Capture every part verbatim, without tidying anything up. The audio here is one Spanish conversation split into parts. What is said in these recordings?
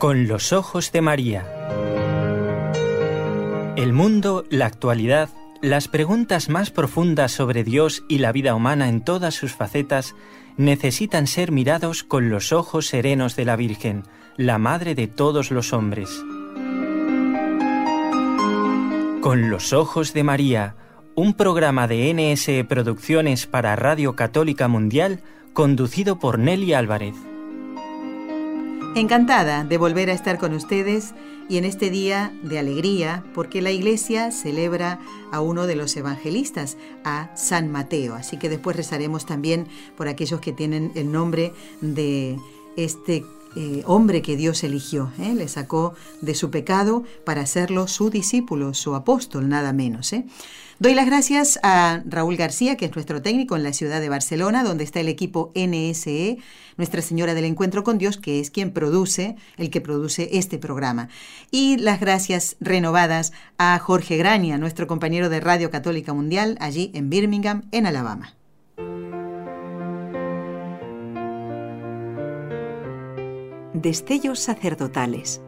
Con los ojos de María. El mundo, la actualidad, las preguntas más profundas sobre Dios y la vida humana en todas sus facetas necesitan ser mirados con los ojos serenos de la Virgen, la Madre de todos los hombres. Con los ojos de María, un programa de N S E Producciones para Radio Católica Mundial, conducido por Nelly Álvarez. Encantada de volver a estar con ustedes y en este día de alegría, porque la Iglesia celebra a uno de los evangelistas, a San Mateo. Así que después rezaremos también por aquellos que tienen el nombre de este eh, hombre que Dios eligió. ¿eh? Le sacó de su pecado para hacerlo su discípulo, su apóstol, nada menos. ¿eh? Doy las gracias a Raúl García, que es nuestro técnico en la ciudad de Barcelona, donde está el equipo N S E, Nuestra Señora del Encuentro con Dios, que es quien produce, el que produce este programa. Y las gracias renovadas a Jorge Graña, nuestro compañero de Radio Católica Mundial, allí en Birmingham, en Alabama. Destellos sacerdotales.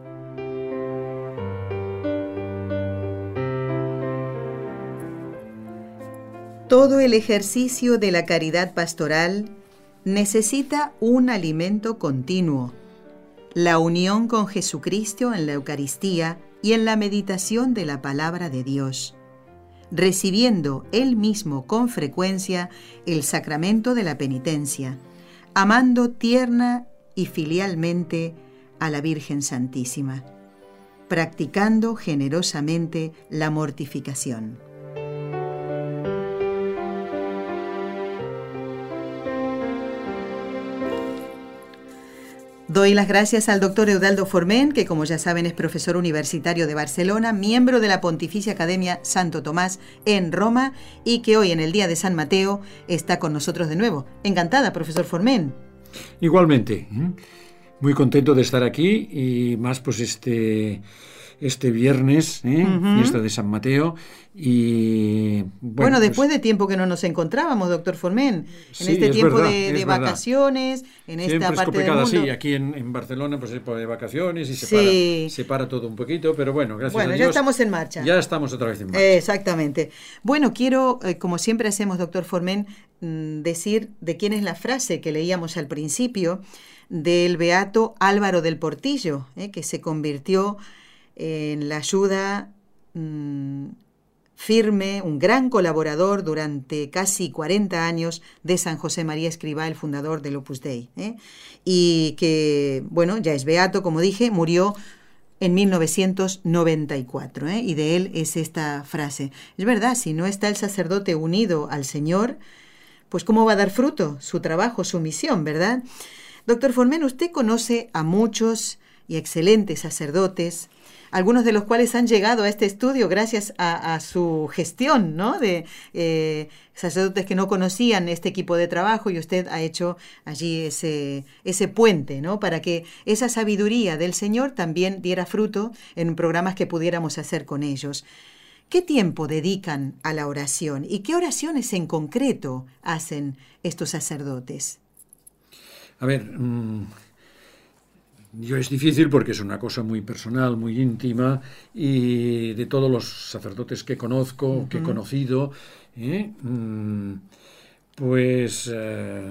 Todo el ejercicio de la caridad pastoral necesita un alimento continuo, la unión con Jesucristo en la Eucaristía y en la meditación de la palabra de Dios, recibiendo Él mismo con frecuencia el sacramento de la penitencia, amando tierna y filialmente a la Virgen Santísima, practicando generosamente la mortificación. Doy las gracias al doctor Eudaldo Forment, que como ya saben es profesor universitario de Barcelona, miembro de la Pontificia Academia Santo Tomás en Roma y que hoy en el Día de San Mateo está con nosotros de nuevo. Encantada, profesor Forment. Igualmente, muy contento de estar aquí y más pues este... este viernes, ¿eh? uh-huh. fiesta de San Mateo, y... Bueno, bueno después pues, de tiempo que no nos encontrábamos, doctor Forment, en sí, este tiempo verdad, de, de vacaciones, en Siempre esta es parte del mundo. Sí, aquí en, en Barcelona pues es época de vacaciones y se, sí. para, se para todo un poquito, pero bueno, gracias bueno, a Dios. Bueno, ya estamos en marcha. Ya estamos otra vez en marcha. Eh, exactamente. Bueno, quiero, eh, como siempre hacemos, doctor Forment, mmm, decir de quién es la frase que leíamos al principio del beato Álvaro del Portillo, eh, que se convirtió en la ayuda mmm, firme, un gran colaborador durante casi cuarenta años de San José María Escrivá, el fundador del Opus Dei, ¿eh? y que, bueno, ya es beato, como dije, murió en mil novecientos noventa y cuatro, ¿eh? y de él es esta frase. Es verdad, si no está el sacerdote unido al Señor, pues ¿cómo va a dar fruto su trabajo, su misión, verdad? Doctor Forment, usted conoce a muchos y excelentes sacerdotes, algunos de los cuales han llegado a este estudio gracias a, a su gestión, ¿no? De eh, sacerdotes que no conocían este equipo de trabajo y usted ha hecho allí ese, ese puente, ¿no? Para que esa sabiduría del Señor también diera fruto en programas que pudiéramos hacer con ellos. ¿Qué tiempo dedican a la oración y qué oraciones en concreto hacen estos sacerdotes? A ver... Mmm... Yo es difícil porque es una cosa muy personal, muy íntima, y de todos los sacerdotes que conozco, uh-huh. que he conocido, ¿eh? pues eh,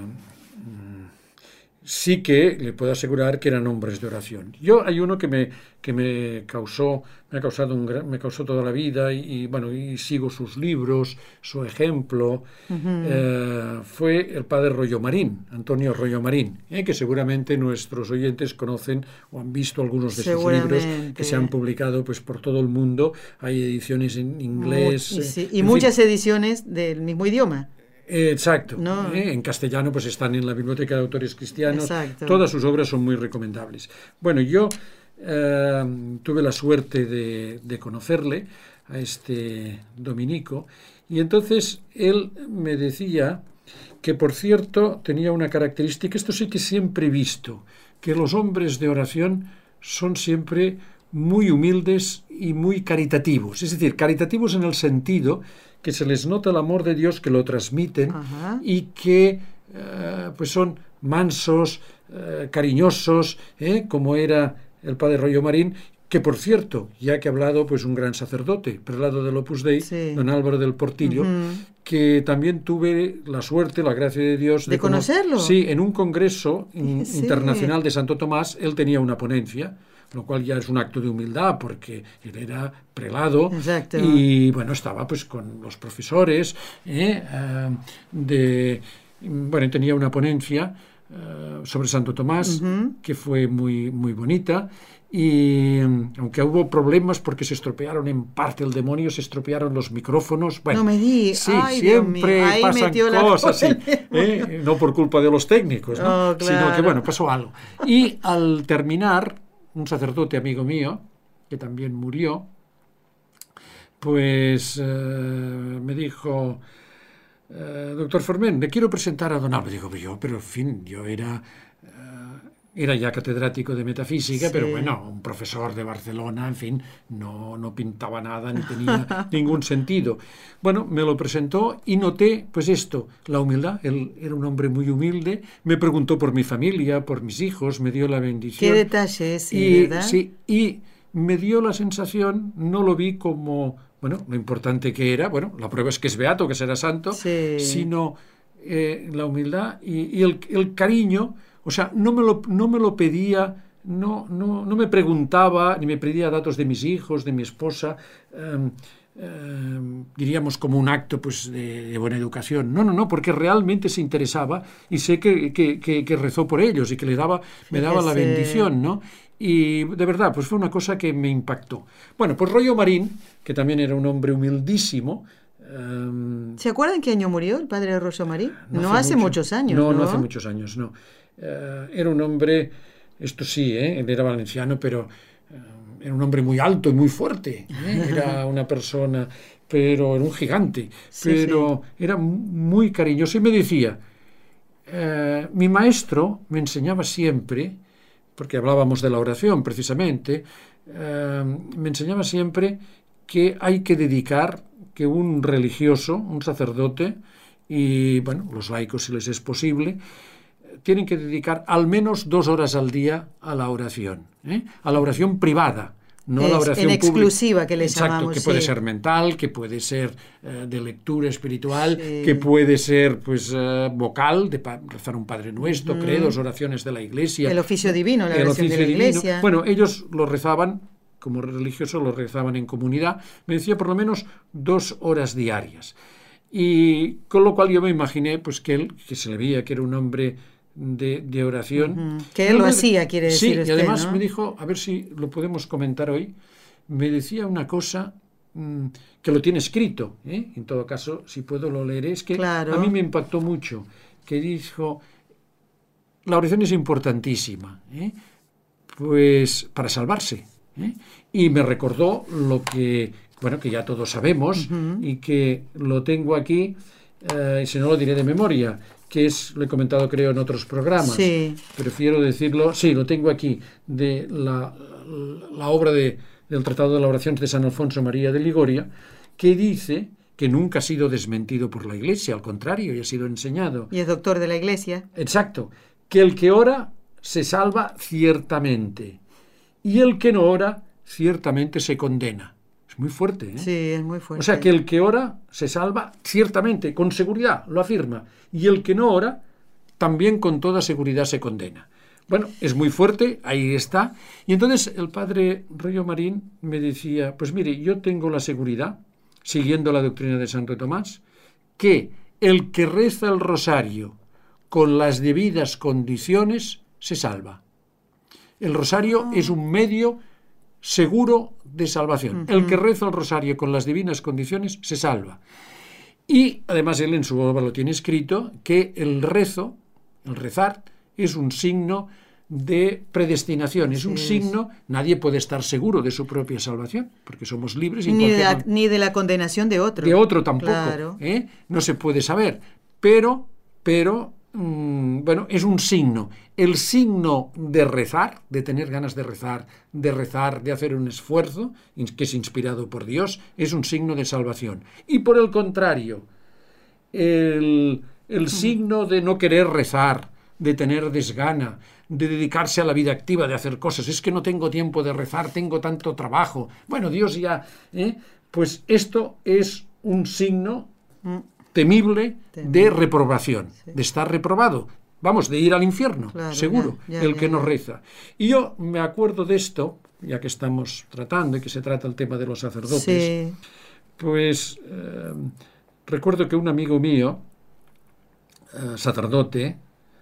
sí que le puedo asegurar que eran hombres de oración. Yo hay uno que me que me causó me ha causado un gran, me causó toda la vida y, y bueno y sigo sus libros, su ejemplo. Uh-huh. eh, fue el padre Rollo Marín, Antonio Rollo Marín, eh, que seguramente nuestros oyentes conocen o han visto algunos de sus libros que se han publicado pues por todo el mundo. Hay ediciones en inglés Muy, y, sí, eh, y muchas fin. ediciones del mismo idioma. Exacto, no. ¿eh? En castellano pues están en la Biblioteca de Autores Cristianos. Exacto. Todas sus obras son muy recomendables. Bueno, yo eh, tuve la suerte de, de conocerle a este dominico y entonces él me decía que, por cierto, tenía una característica, esto sí que siempre he visto, que los hombres de oración son siempre muy humildes y muy caritativos, es decir, caritativos en el sentido que se les nota el amor de Dios, que lo transmiten. Ajá. Y que eh, pues son mansos, eh, cariñosos, ¿eh? como era el padre Royo Marín, que por cierto, ya que ha hablado pues un gran sacerdote, prelado del Opus Dei, sí. don Álvaro del Portillo, uh-huh. que también tuve la suerte, la gracia de Dios... ¿De, de conocerlo? Cono- sí, en un congreso in- sí. internacional de Santo Tomás, él tenía una ponencia, lo cual ya es un acto de humildad, porque él era prelado. Exacto. Y bueno, estaba pues con los profesores eh, uh, de... Bueno, tenía una ponencia uh, sobre Santo Tomás, uh-huh. que fue muy, muy bonita. Y aunque hubo problemas porque se estropearon en parte el demonio, se estropearon los micrófonos. Bueno, no me digas. Sí, Ay, siempre Ahí pasan cosas así. ¿eh? No por culpa de los técnicos, ¿no? Oh, claro. Sino que, bueno, pasó algo. Y al terminar, un sacerdote amigo mío, que también murió, pues eh, me dijo... Uh, doctor Forment, le quiero presentar a don Álvaro. Digo, yo, pero en fin, yo era... Era ya catedrático de metafísica, sí. pero bueno, un profesor de Barcelona, en fin, no, no pintaba nada ni tenía ningún sentido. Bueno, me lo presentó y noté, pues esto, la humildad. Él era un hombre muy humilde, me preguntó por mi familia, por mis hijos, me dio la bendición. Qué detalle, sí, y, ¿verdad? Sí, y me dio la sensación, no lo vi como, bueno, lo importante que era, bueno, la prueba es que es beato, que será santo, sí. sino eh, la humildad y, y el, el cariño. O sea, no me lo, no me lo pedía, no, no, no me preguntaba, ni me pedía datos de mis hijos, de mi esposa, eh, eh, diríamos como un acto pues, de, de buena educación. No, no, no, porque realmente se interesaba y sé que, que, que, que rezó por ellos y que le daba, me daba la bendición, ¿no? Y de verdad, pues fue una cosa que me impactó. Bueno, pues Royo Marín, que también era un hombre humildísimo. Um, ¿Se acuerdan qué año murió el padre Royo Marín? No, no hace, hace mucho, muchos años, no, ¿no? No hace muchos años, no. Uh, era un hombre, esto sí, ¿eh? él era valenciano, pero uh, era un hombre muy alto y muy fuerte, ¿eh? Era una persona, pero era un gigante, sí, pero sí. Era muy cariñoso y me decía, uh, mi maestro me enseñaba siempre, porque hablábamos de la oración precisamente, uh, me enseñaba siempre que hay que dedicar, que un religioso, un sacerdote, y bueno, los laicos si les es posible, tienen que dedicar al menos dos horas al día a la oración, ¿eh? A la oración privada, no es, la oración en exclusiva pública. Que le Exacto, llamamos, que puede sí. ser mental, que puede ser eh, de lectura espiritual, sí. que puede ser pues eh, vocal, de pa- rezar un Padre Nuestro, mm. credos, oraciones de la Iglesia. El oficio divino, la oración de la Iglesia. Divino. Bueno, ellos lo rezaban, como religiosos lo rezaban en comunidad, me decía por lo menos dos horas diarias. Y con lo cual yo me imaginé pues que él, que se le veía que era un hombre De, de oración. Uh-huh. Que él lo me, hacía, quiere decir sí, usted, y además ¿no? me dijo, a ver si lo podemos comentar hoy, me decía una cosa mmm, que lo tiene escrito, ¿eh? En todo caso, si puedo lo leeré, es que claro. a mí me impactó mucho, que dijo, la oración es importantísima, ¿eh? Pues para salvarse, ¿eh? Y me recordó lo que, bueno, que ya todos sabemos, uh-huh. y que lo tengo aquí, eh, y si no lo diré de memoria, que es, lo he comentado creo en otros programas, sí. Prefiero decirlo, sí, lo tengo aquí, de la, la obra de, del Tratado de la Oración de San Alfonso María de Ligoria, que dice que nunca ha sido desmentido por la Iglesia, al contrario, y ha sido enseñado. Y es doctor de la Iglesia. Exacto, que el que ora se salva ciertamente, y el que no ora ciertamente se condena. Es muy fuerte, ¿eh? Sí, es muy fuerte. O sea, que el que ora se salva ciertamente, con seguridad, lo afirma. Y el que no ora, también con toda seguridad se condena. Bueno, es muy fuerte, ahí está. Y entonces el padre Royo Marín me decía, pues mire, yo tengo la seguridad, siguiendo la doctrina de Santo Tomás, que el que reza el rosario con las debidas condiciones se salva. El rosario oh. es un medio seguro de salvación. Uh-huh. El que reza el rosario con las divinas condiciones se salva. Y además él en su obra lo tiene escrito, que el rezo, el rezar, es un signo de predestinación, es sí, un signo, es. Nadie puede estar seguro de su propia salvación, porque somos libres. Ni, de la, ni de la condenación de otro. De otro tampoco, claro. ¿eh? No se puede saber, pero, pero mmm, bueno, es un signo. El signo de rezar, de tener ganas de rezar, de rezar, de hacer un esfuerzo, que es inspirado por Dios, es un signo de salvación. Y por el contrario, el, el signo de no querer rezar, de tener desgana, de dedicarse a la vida activa, de hacer cosas. Es que no tengo tiempo de rezar, tengo tanto trabajo. Bueno, Dios ya... ¿eh? Pues esto es un signo temible, temible. de reprobación, sí. de estar reprobado. Vamos, de ir al infierno, claro, seguro, ya, ya, el que ya, ya. no reza. Y yo me acuerdo de esto, ya que estamos tratando y que se trata el tema de los sacerdotes, sí. pues eh, recuerdo que un amigo mío, eh, sacerdote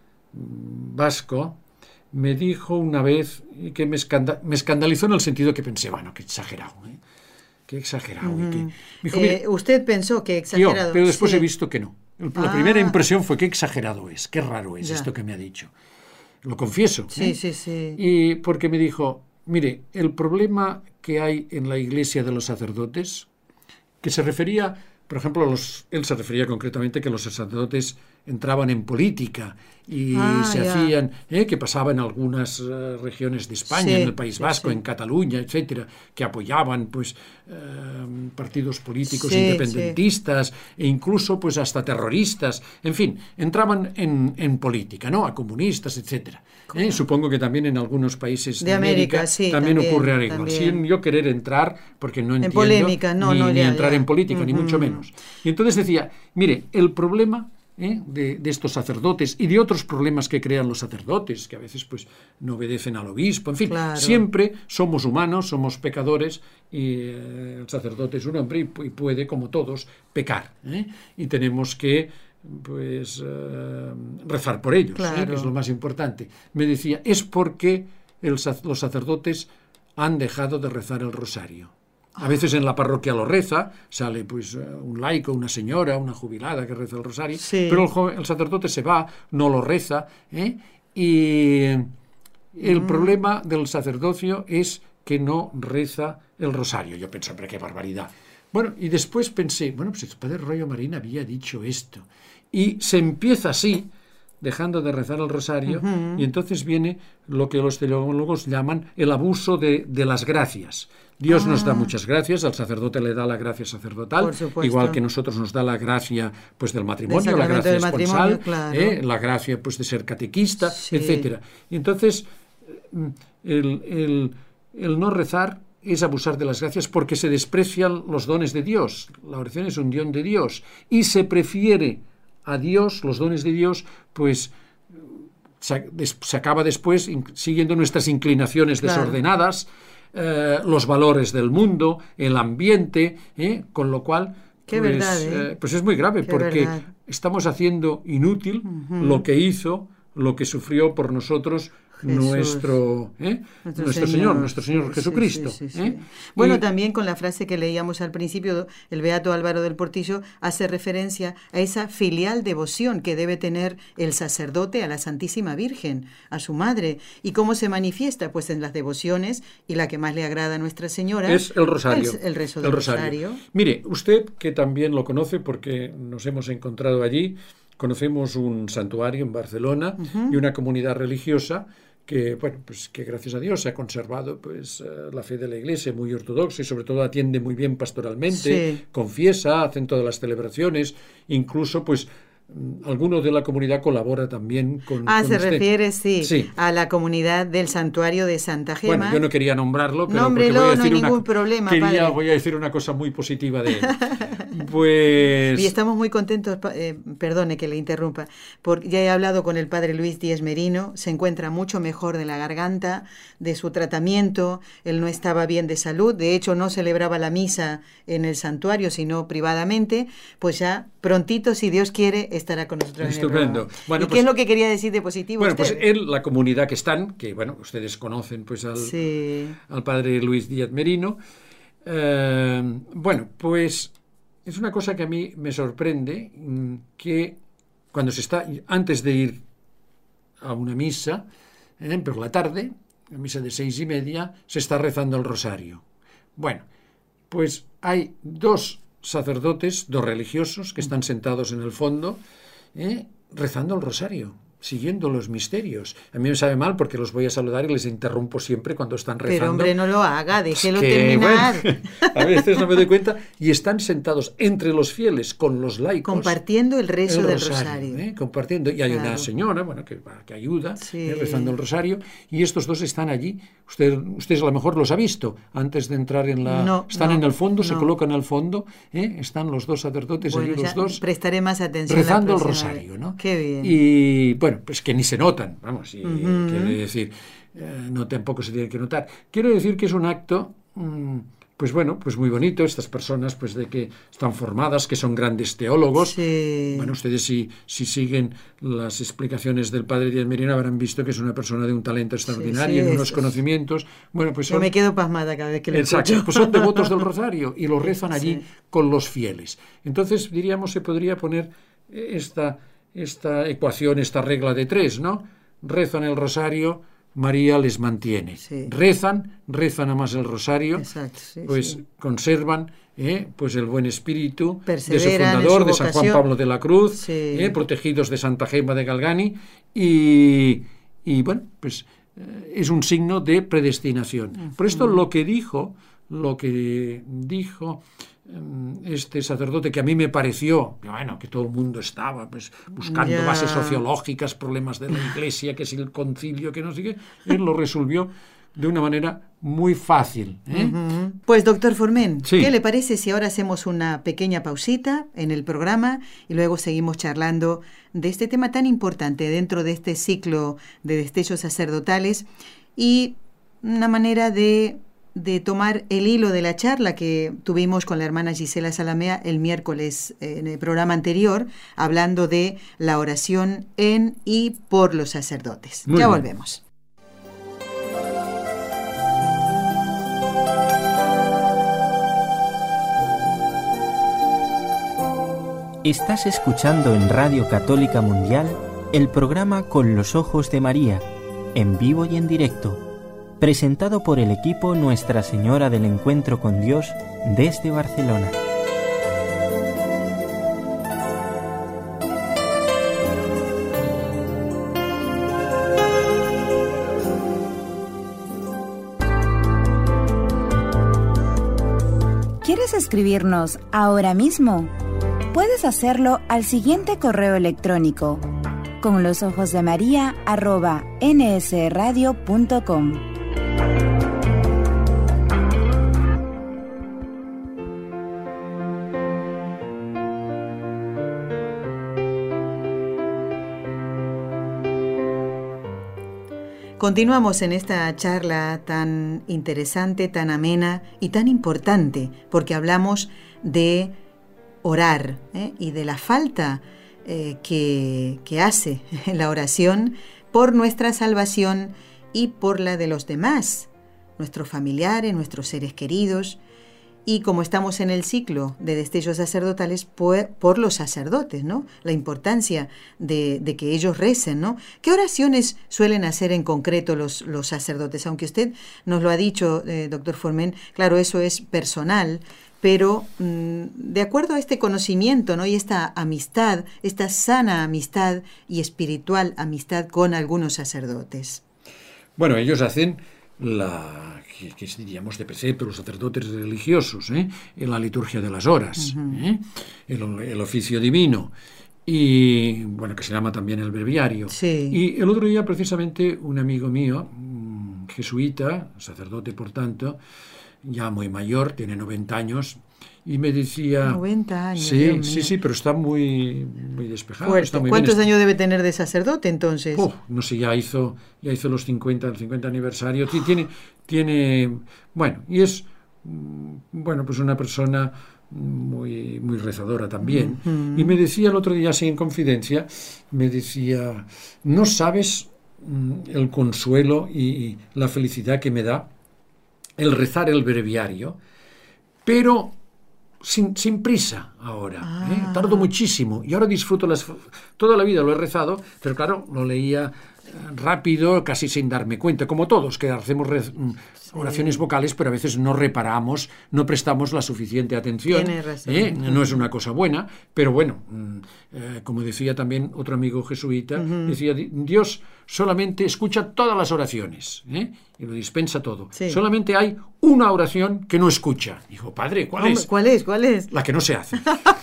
vasco, me dijo una vez, y que me, escanda, me escandalizó en el sentido que pensé, bueno, qué exagerado, ¿eh? Qué exagerado. Mm. Qué... Me dijo, eh, ¿Usted pensó que exagerado? Yo, pero después sí. he visto que no. La ah. primera impresión fue qué exagerado es, qué raro es ya. esto que me ha dicho. Lo confieso. Sí, ¿eh? sí, sí. Y porque me dijo, mire, el problema que hay en la iglesia de los sacerdotes, que se refería, por ejemplo, a los, él se refería concretamente que los sacerdotes entraban en política y ah, se ya. hacían, eh, que pasaba en algunas uh, regiones de España, sí, en el País Vasco, sí, sí. en Cataluña, etcétera, que apoyaban pues uh, partidos políticos sí, independentistas sí. e incluso pues hasta terroristas, en fin, entraban en, en política, ¿no? A comunistas, etcétera. Eh, supongo que también en algunos países de, de América, América sí, también, también ocurre algo igual, sin yo querer entrar, porque no entiendo en polémica, no, ni, no, ya, ni entrar ya. en política, uh-huh. ni mucho menos. Y entonces decía, mire, el problema ¿Eh? De, de estos sacerdotes y de otros problemas que crean los sacerdotes, que a veces pues no obedecen al obispo, en fin, claro. siempre somos humanos, somos pecadores y eh, el sacerdote es un hombre y, y puede, como todos, pecar, ¿eh? Y tenemos que pues eh, rezar por ellos, claro. ¿eh? Que es lo más importante. Me decía, es porque el, los sacerdotes han dejado de rezar el rosario. A veces en la parroquia lo reza, sale pues un laico, una señora, una jubilada que reza el rosario, sí. pero el, joven, el sacerdote se va, no lo reza, ¿eh? Y el mm. problema del sacerdocio es que no reza el rosario. Yo pensé, pero qué barbaridad. Bueno, y después pensé, bueno, pues el padre Royo Marín había dicho esto. Y se empieza así, dejando de rezar el rosario, uh-huh. y entonces viene lo que los teólogos llaman el abuso de, de las gracias. Dios ah. nos da muchas gracias, al sacerdote le da la gracia sacerdotal, igual que nosotros nos da la gracia pues del matrimonio, la gracia esponsal, claro. ¿eh? la gracia pues de ser catequista, sí. etcétera. Y entonces el, el, el no rezar es abusar de las gracias porque se desprecian los dones de Dios. La oración es un don de Dios y se prefiere a Dios, los dones de Dios, pues se, se acaba después in, siguiendo nuestras inclinaciones claro. desordenadas, eh, los valores del mundo, el ambiente, eh, con lo cual Qué pues, verdad, ¿eh? Eh, pues es muy grave Qué porque verdad. estamos haciendo inútil uh-huh. lo que hizo, lo que sufrió por nosotros Nuestro, ¿eh? nuestro, nuestro Señor, Señor, nuestro Señor sí, Jesucristo. Sí, sí, sí, ¿eh? sí. Bueno, y, también con la frase que leíamos al principio, el beato Álvaro del Portillo hace referencia a esa filial devoción que debe tener el sacerdote a la Santísima Virgen, a su madre. ¿Y cómo se manifiesta? Pues en las devociones, y la que más le agrada a Nuestra Señora es el rosario. El, el rezo del el rosario. rosario. Mire, usted que también lo conoce porque nos hemos encontrado allí, conocemos un santuario en Barcelona uh-huh. y una comunidad religiosa que, bueno, pues que gracias a Dios se ha conservado pues uh, la fe de la Iglesia, muy ortodoxa y sobre todo atiende muy bien pastoralmente, sí. confiesa, hacen todas las celebraciones, incluso pues alguno de la comunidad colabora también con... Ah, con se este. refiere, sí, sí, a la comunidad del santuario de Santa Gema. Bueno, yo no quería nombrarlo, pero Nómbrelo, porque voy a decir no hay una, ningún problema, quería, padre. voy a decir una cosa muy positiva de él. Pues... Y estamos muy contentos, eh, perdone que le interrumpa, porque ya he hablado con el padre Luis Díez Merino, se encuentra mucho mejor de la garganta, de su tratamiento, él no estaba bien de salud, de hecho no celebraba la misa en el santuario, sino privadamente, pues ya prontito, si Dios quiere, estará con nosotros. Estupendo. Bueno, ¿Y pues, qué es lo que quería decir de positivo? Bueno, usted? pues él, la comunidad que están, que bueno, ustedes conocen pues al, sí. al padre Luis Díaz Merino, eh, bueno, pues es una cosa que a mí me sorprende, que cuando se está, antes de ir a una misa, eh, por la tarde, la misa de seis y media, se está rezando el rosario. Bueno, pues hay dos sacerdotes, dos religiosos, que están sentados en el fondo, eh, rezando el rosario. siguiendo los misterios. A mí me sabe mal porque los voy a saludar y les interrumpo siempre cuando están rezando. Pero hombre, no lo haga, déjelo que, terminar. Bueno, a veces no me doy cuenta y están sentados entre los fieles con los laicos. Compartiendo el rezo el del rosario. rosario. ¿eh? Compartiendo. Y hay claro. una señora, bueno, que, que ayuda sí. ¿eh? rezando el rosario y estos dos están allí. Usted, ustedes a lo mejor los ha visto antes de entrar en la... No, están no, en el fondo, no. se colocan al fondo, ¿eh? Están los dos sacerdotes bueno, allí, los dos. Prestaré más atención. Rezando la el rosario, ¿no? Qué bien. Y bueno, pues que ni se notan, vamos, y, uh-huh. quiere decir, eh, no tampoco se tiene que notar. Quiero decir que es un acto, mmm, pues bueno, pues muy bonito, estas personas pues de que están formadas, que son grandes teólogos. Sí. Bueno, ustedes si, si siguen las explicaciones del padre Díaz Merino habrán visto que es una persona de un talento extraordinario, sí, sí, en unos es, conocimientos. Bueno, pues son, yo me quedo pasmada cada vez que lo exacto, escucho. pues son devotos del rosario y lo rezan allí sí. con los fieles. Entonces, diríamos, se podría poner esta, esta ecuación, esta regla de tres, ¿no? Rezan el rosario, María les mantiene. Sí. Rezan, rezan a más el rosario, exacto, sí, pues sí. conservan eh, pues el buen espíritu de su Perseveran fundador, en su de San Juan vocación. Pablo de la Cruz, Sí. eh, protegidos de Santa Gemma de Galgani, y, y bueno, pues eh, es un signo de predestinación. Uh-huh. Por esto lo que dijo, lo que dijo este sacerdote, que a mí me pareció, bueno, que todo el mundo estaba pues buscando ya. bases sociológicas, problemas de la Iglesia, que si el concilio, que no sé qué, él lo resolvió de una manera muy fácil. ¿eh? Uh-huh. Pues doctor Forment, sí. ¿qué le parece si ahora hacemos una pequeña pausita en el programa y luego seguimos charlando de este tema tan importante dentro de este ciclo de destellos sacerdotales y una manera de de tomar el hilo de la charla que tuvimos con la hermana Gisela Salamea el miércoles eh, en el programa anterior, hablando de la oración en y por los sacerdotes. Muy ya bien. Volvemos. Estás escuchando en Radio Católica Mundial el programa Con los Ojos de María, en vivo y en directo, presentado por el equipo Nuestra Señora del Encuentro con Dios desde Barcelona. ¿Quieres escribirnos ahora mismo? Puedes hacerlo al siguiente correo electrónico: con los ojos de María arroba nsradio punto com. Continuamos en esta charla tan interesante, tan amena y tan importante, porque hablamos de orar ¿eh? y de la falta eh, que, que hace la oración por nuestra salvación y por la de los demás, nuestros familiares, nuestros seres queridos, y como estamos en el ciclo de destellos sacerdotales, por, por los sacerdotes, ¿no? La importancia de, de que ellos recen, ¿no? ¿Qué oraciones suelen hacer en concreto los, los sacerdotes? Aunque usted nos lo ha dicho, eh, doctor Forment, claro, eso es personal, pero mmm, de acuerdo a este conocimiento, ¿no? Y esta amistad, esta sana amistad y espiritual amistad con algunos sacerdotes. Bueno, ellos hacen la... que, que diríamos de precepto, los sacerdotes religiosos, ¿eh? en la liturgia de las horas, uh-huh. ¿eh? el, el oficio divino, y bueno, que se llama también el breviario. Sí. Y el otro día, precisamente, un amigo mío, un jesuita, sacerdote por tanto, ya muy mayor, tiene noventa años, y me decía... noventa años, Sí, Dios sí, mío. sí, pero está muy, muy despejado. Fuerte. Está muy ¿Cuántos bien. años debe tener de sacerdote entonces? Oh, no sé, ya hizo, ya hizo los cincuenta, el cincuenta aniversario. Tiene, tiene, bueno, y es, bueno, pues una persona muy, muy rezadora también. Uh-huh. Y me decía el otro día, así en confidencia, me decía, no sabes el consuelo y la felicidad que me da el rezar el breviario, pero sin, sin prisa ahora. Ah. ¿eh? Tardo muchísimo y ahora disfruto las... Toda la vida lo he rezado, pero claro, lo leía rápido, casi sin darme cuenta, como todos, que hacemos rez, oraciones vocales, pero a veces no reparamos, no prestamos la suficiente atención. Tiene razón. ¿eh? No es una cosa buena, pero bueno, eh, como decía también otro amigo jesuita, uh-huh. decía, Dios solamente escucha todas las oraciones, ¿eh? y lo dispensa todo. Sí. Solamente hay una oración que no escucha. Dijo, padre, ¿cuál Hombre, es? ¿Cuál es? ¿Cuál es? La que no se hace.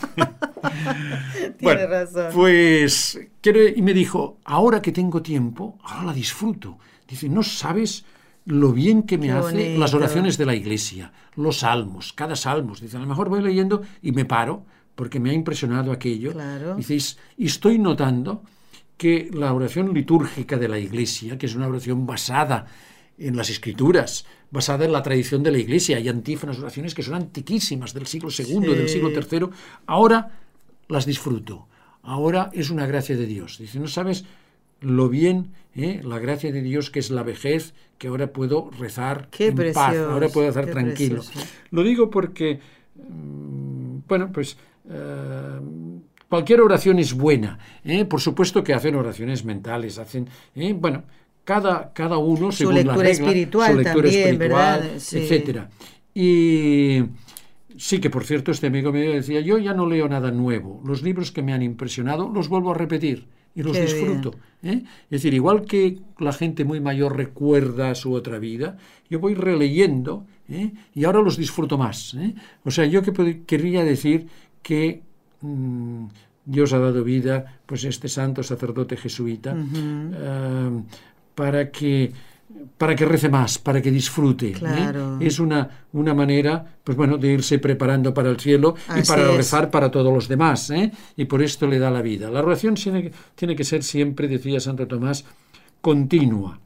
Tiene bueno, razón. Pues, y me dijo, ahora que tengo tiempo, ahora la disfruto. Dice, no sabes lo bien que me Qué hace bonito. Las oraciones de la iglesia, los salmos, cada salmo. Dice, a lo mejor voy leyendo y me paro, porque me ha impresionado aquello. Claro. Dice, y estoy notando que la oración litúrgica de la iglesia, que es una oración basada en las escrituras, basada en la tradición de la iglesia, hay antífonas, oraciones que son antiquísimas, del siglo segundo, sí. del siglo tercero, ahora las disfruto, ahora es una gracia de Dios. Dice, no sabes lo bien, ¿eh? la gracia de Dios que es la vejez, que ahora puedo rezar qué en precioso, paz, ahora puedo rezar qué tranquilo. Precioso. Lo digo porque, bueno, pues... Uh, cualquier oración es buena, ¿eh? Por supuesto que hacen oraciones mentales, hacen, ¿eh? bueno, cada, cada uno su según lectura la regla, espiritual su lectura también, espiritual, ¿verdad? Sí. etcétera. Y sí que, por cierto, este amigo me decía, yo ya no leo nada nuevo, los libros que me han impresionado los vuelvo a repetir y los Qué disfruto. ¿eh? Es decir, igual que la gente muy mayor recuerda su otra vida, yo voy releyendo ¿eh? y ahora los disfruto más. ¿eh? O sea, yo que querría decir que Dios ha dado vida pues este santo sacerdote jesuita uh-huh. uh, para que para que rece más, para que disfrute. Claro. ¿eh? Es una, una manera pues bueno de irse preparando para el cielo Así y para es. rezar para todos los demás, ¿eh? y por esto le da la vida. La oración tiene, tiene que ser siempre, decía Santo Tomás, continua.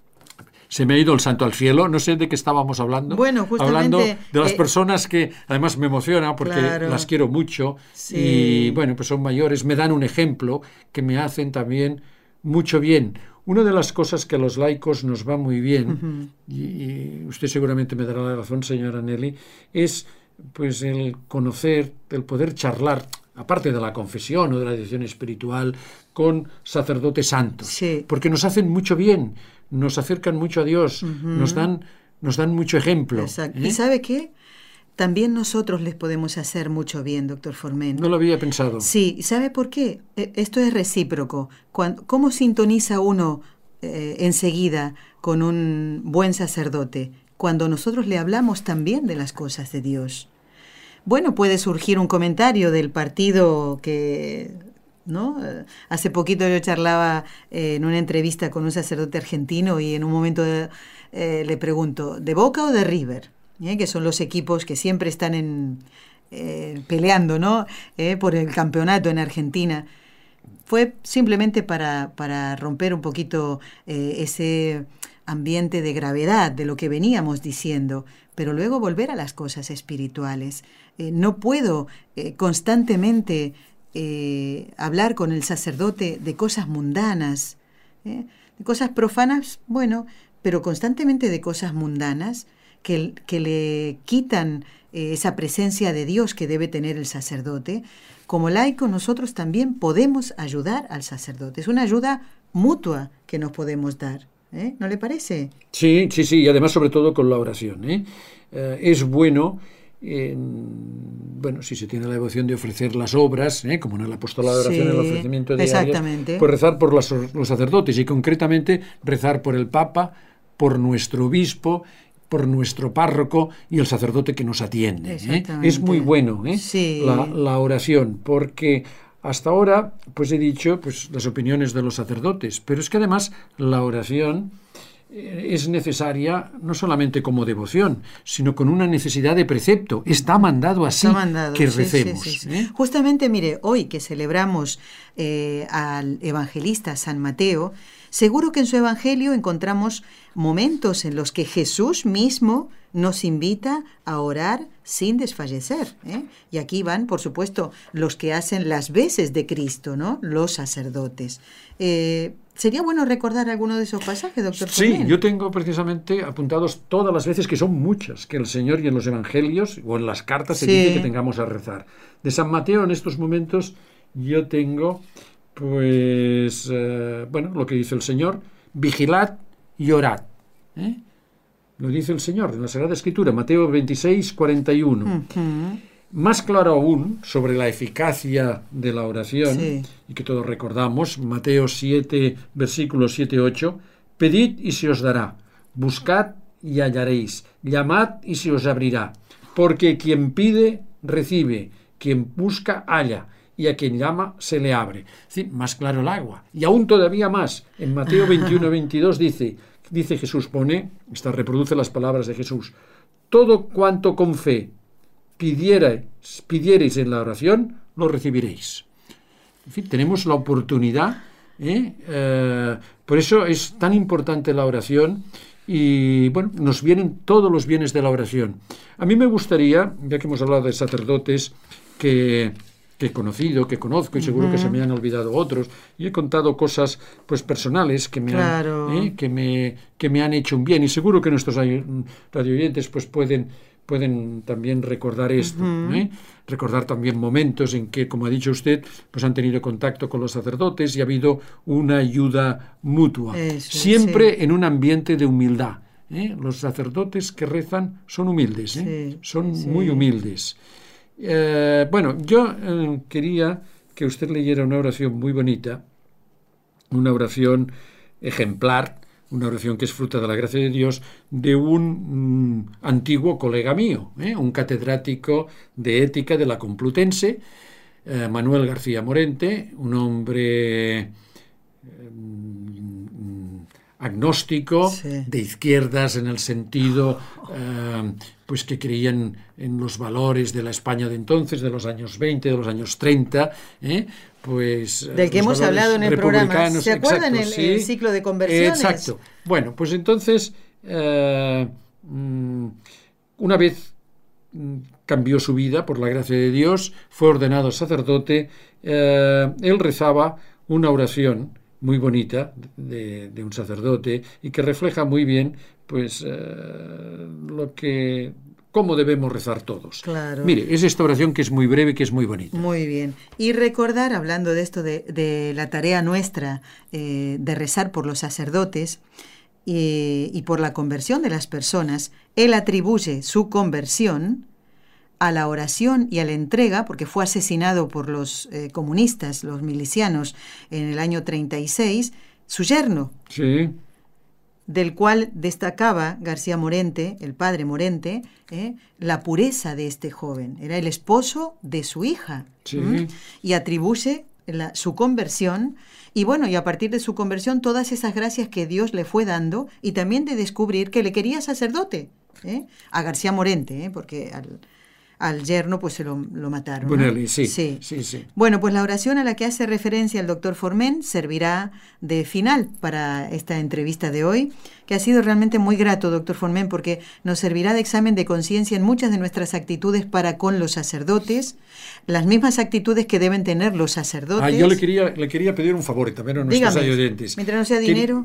Se me ha ido el santo al cielo, no sé de qué estábamos hablando. Bueno, justamente... Hablando de las eh, personas que además me emocionan porque claro. las quiero mucho sí. y bueno, pues son mayores, me dan un ejemplo que me hacen también mucho bien. Una de las cosas que a los laicos nos va muy bien, uh-huh. y, y usted seguramente me dará la razón, señora Nelly, es pues el conocer, el poder charlar, aparte de la confesión o de la dirección espiritual, con sacerdotes santos, sí. porque nos hacen mucho bien, nos acercan mucho a Dios, uh-huh. nos dan, nos dan mucho ejemplo. Exacto. ¿eh? ¿Y sabe qué? También nosotros les podemos hacer mucho bien, doctor Forment. No lo había pensado. Sí, ¿sabe por qué? Esto es recíproco. Cuando, ¿Cómo sintoniza uno eh, enseguida con un buen sacerdote? Cuando nosotros le hablamos también de las cosas de Dios. Bueno, puede surgir un comentario del partido que... ¿no? Hace poquito yo charlaba eh, en una entrevista con un sacerdote argentino y en un momento de, eh, le pregunto, ¿de Boca o de River? ¿Eh? Que son los equipos que siempre están en, eh, peleando, ¿no? Eh, por el campeonato en Argentina. Fue simplemente para, para romper un poquito eh, ese ambiente de gravedad de lo que veníamos diciendo, pero luego volver a las cosas espirituales. Eh, no puedo eh, constantemente... Eh, hablar con el sacerdote de cosas mundanas, ¿eh? de cosas profanas, bueno, pero constantemente de cosas mundanas que, que le quitan eh, esa presencia de Dios que debe tener el sacerdote. Como laico nosotros también podemos ayudar al sacerdote, es una ayuda mutua que nos podemos dar, ¿eh? ¿No le parece? Sí, sí, sí, y además sobre todo con la oración, ¿eh? Eh, es bueno... Eh, bueno, si se tiene la devoción de ofrecer las obras, ¿eh? como en el apostolado de oración, sí, el ofrecimiento diario, exactamente. Pues rezar por las, los sacerdotes y concretamente rezar por el Papa, por nuestro obispo, por nuestro párroco y el sacerdote que nos atiende. ¿eh? Es muy bueno ¿eh? sí. la, la oración, porque hasta ahora pues he dicho pues las opiniones de los sacerdotes, pero es que además la oración es necesaria no solamente como devoción, sino con una necesidad de precepto. Está mandado así Está mandado, que recemos. Sí, sí, sí. ¿eh? Justamente, mire, hoy que celebramos eh, al evangelista San Mateo, seguro que en su evangelio encontramos momentos en los que Jesús mismo nos invita a orar sin desfallecer, ¿eh? Y aquí van, por supuesto, los que hacen las veces de Cristo, ¿no? Los sacerdotes. Eh, Sería bueno recordar alguno de esos pasajes, doctor Sí, Formen. yo tengo precisamente apuntados todas las veces, que son muchas, que el Señor y en los evangelios o en las cartas se Sí. dice que tengamos a rezar. De San Mateo en estos momentos yo tengo, pues, eh, bueno, lo que dice el Señor, vigilad y orad. ¿eh? Lo dice el Señor en la Sagrada Escritura, Mateo veintiséis, cuarenta y uno. Ujú. Más claro aún sobre la eficacia de la oración, Sí. y que todos recordamos, Mateo siete, versículos siete y ocho, pedid y se os dará, buscad y hallaréis, llamad y se os abrirá, porque quien pide, recibe, quien busca, halla, y a quien llama, se le abre. Sí, más claro el agua. Y aún todavía más, en Mateo veintiuno, veintidós dice, dice Jesús, pone, esta reproduce las palabras de Jesús, todo cuanto con fe pidierais, pidierais en la oración, lo recibiréis. En fin, tenemos la oportunidad, ¿eh? Eh, por eso es tan importante la oración y, bueno, nos vienen todos los bienes de la oración. A mí me gustaría, ya que hemos hablado de sacerdotes que, que he conocido, que conozco y seguro uh-huh. que se me han olvidado otros, y he contado cosas pues personales que me, claro. han, ¿eh? que me, que me han hecho un bien, y seguro que nuestros radioyentes pues pueden pueden también recordar esto, uh-huh. ¿eh? recordar también momentos en que, como ha dicho usted, pues han tenido contacto con los sacerdotes y ha habido una ayuda mutua, Eso, siempre sí. en un ambiente de humildad. ¿eh? Los sacerdotes que rezan son humildes, ¿eh? sí, son sí. muy humildes. Eh, bueno, yo eh, quería que usted leyera una oración muy bonita, una oración ejemplar, una oración que es fruto de la gracia de Dios, de un mm, antiguo colega mío, ¿eh? un catedrático de ética de la Complutense, eh, Manuel García Morente, un hombre eh, mm, agnóstico, sí. de izquierdas en el sentido eh, pues que creían en los valores de la España de entonces, de los años veinte, de los años treinta, ¿eh? pues del que hemos hablado en el programa. ¿Se acuerdan el, sí, el ciclo de conversiones? Exacto. Bueno, pues entonces eh, una vez cambió su vida por la gracia de Dios, fue ordenado sacerdote, eh, él rezaba una oración muy bonita de, de un sacerdote y que refleja muy bien pues eh, lo que cómo debemos rezar todos. Claro. Mire, es esta oración que es muy breve, que es muy bonita. Muy bien. Y recordar, hablando de esto, de, de la tarea nuestra eh, de rezar por los sacerdotes y, y por la conversión de las personas, él atribuye su conversión a la oración y a la entrega, porque fue asesinado por los eh, comunistas, los milicianos, en el año treinta y seis, su yerno. Sí. Del cual destacaba García Morente, el padre Morente, ¿eh? la pureza de este joven. Era el esposo de su hija. Sí. ¿m? Y atribuye la, su conversión, y bueno, y a partir de su conversión todas esas gracias que Dios le fue dando, y también de descubrir que le quería sacerdote, ¿eh? a García Morente, ¿eh? porque al, al yerno pues se lo, lo mataron. Bonelli, ¿no? sí, sí. sí, sí. Bueno, pues la oración a la que hace referencia el doctor Formen servirá de final para esta entrevista de hoy, que ha sido realmente muy grato, doctor Formen, porque nos servirá de examen de conciencia en muchas de nuestras actitudes para con los sacerdotes, las mismas actitudes que deben tener los sacerdotes. Ah, yo le quería, le quería pedir un favor también a nuestros oyentes. Mientras no sea dinero.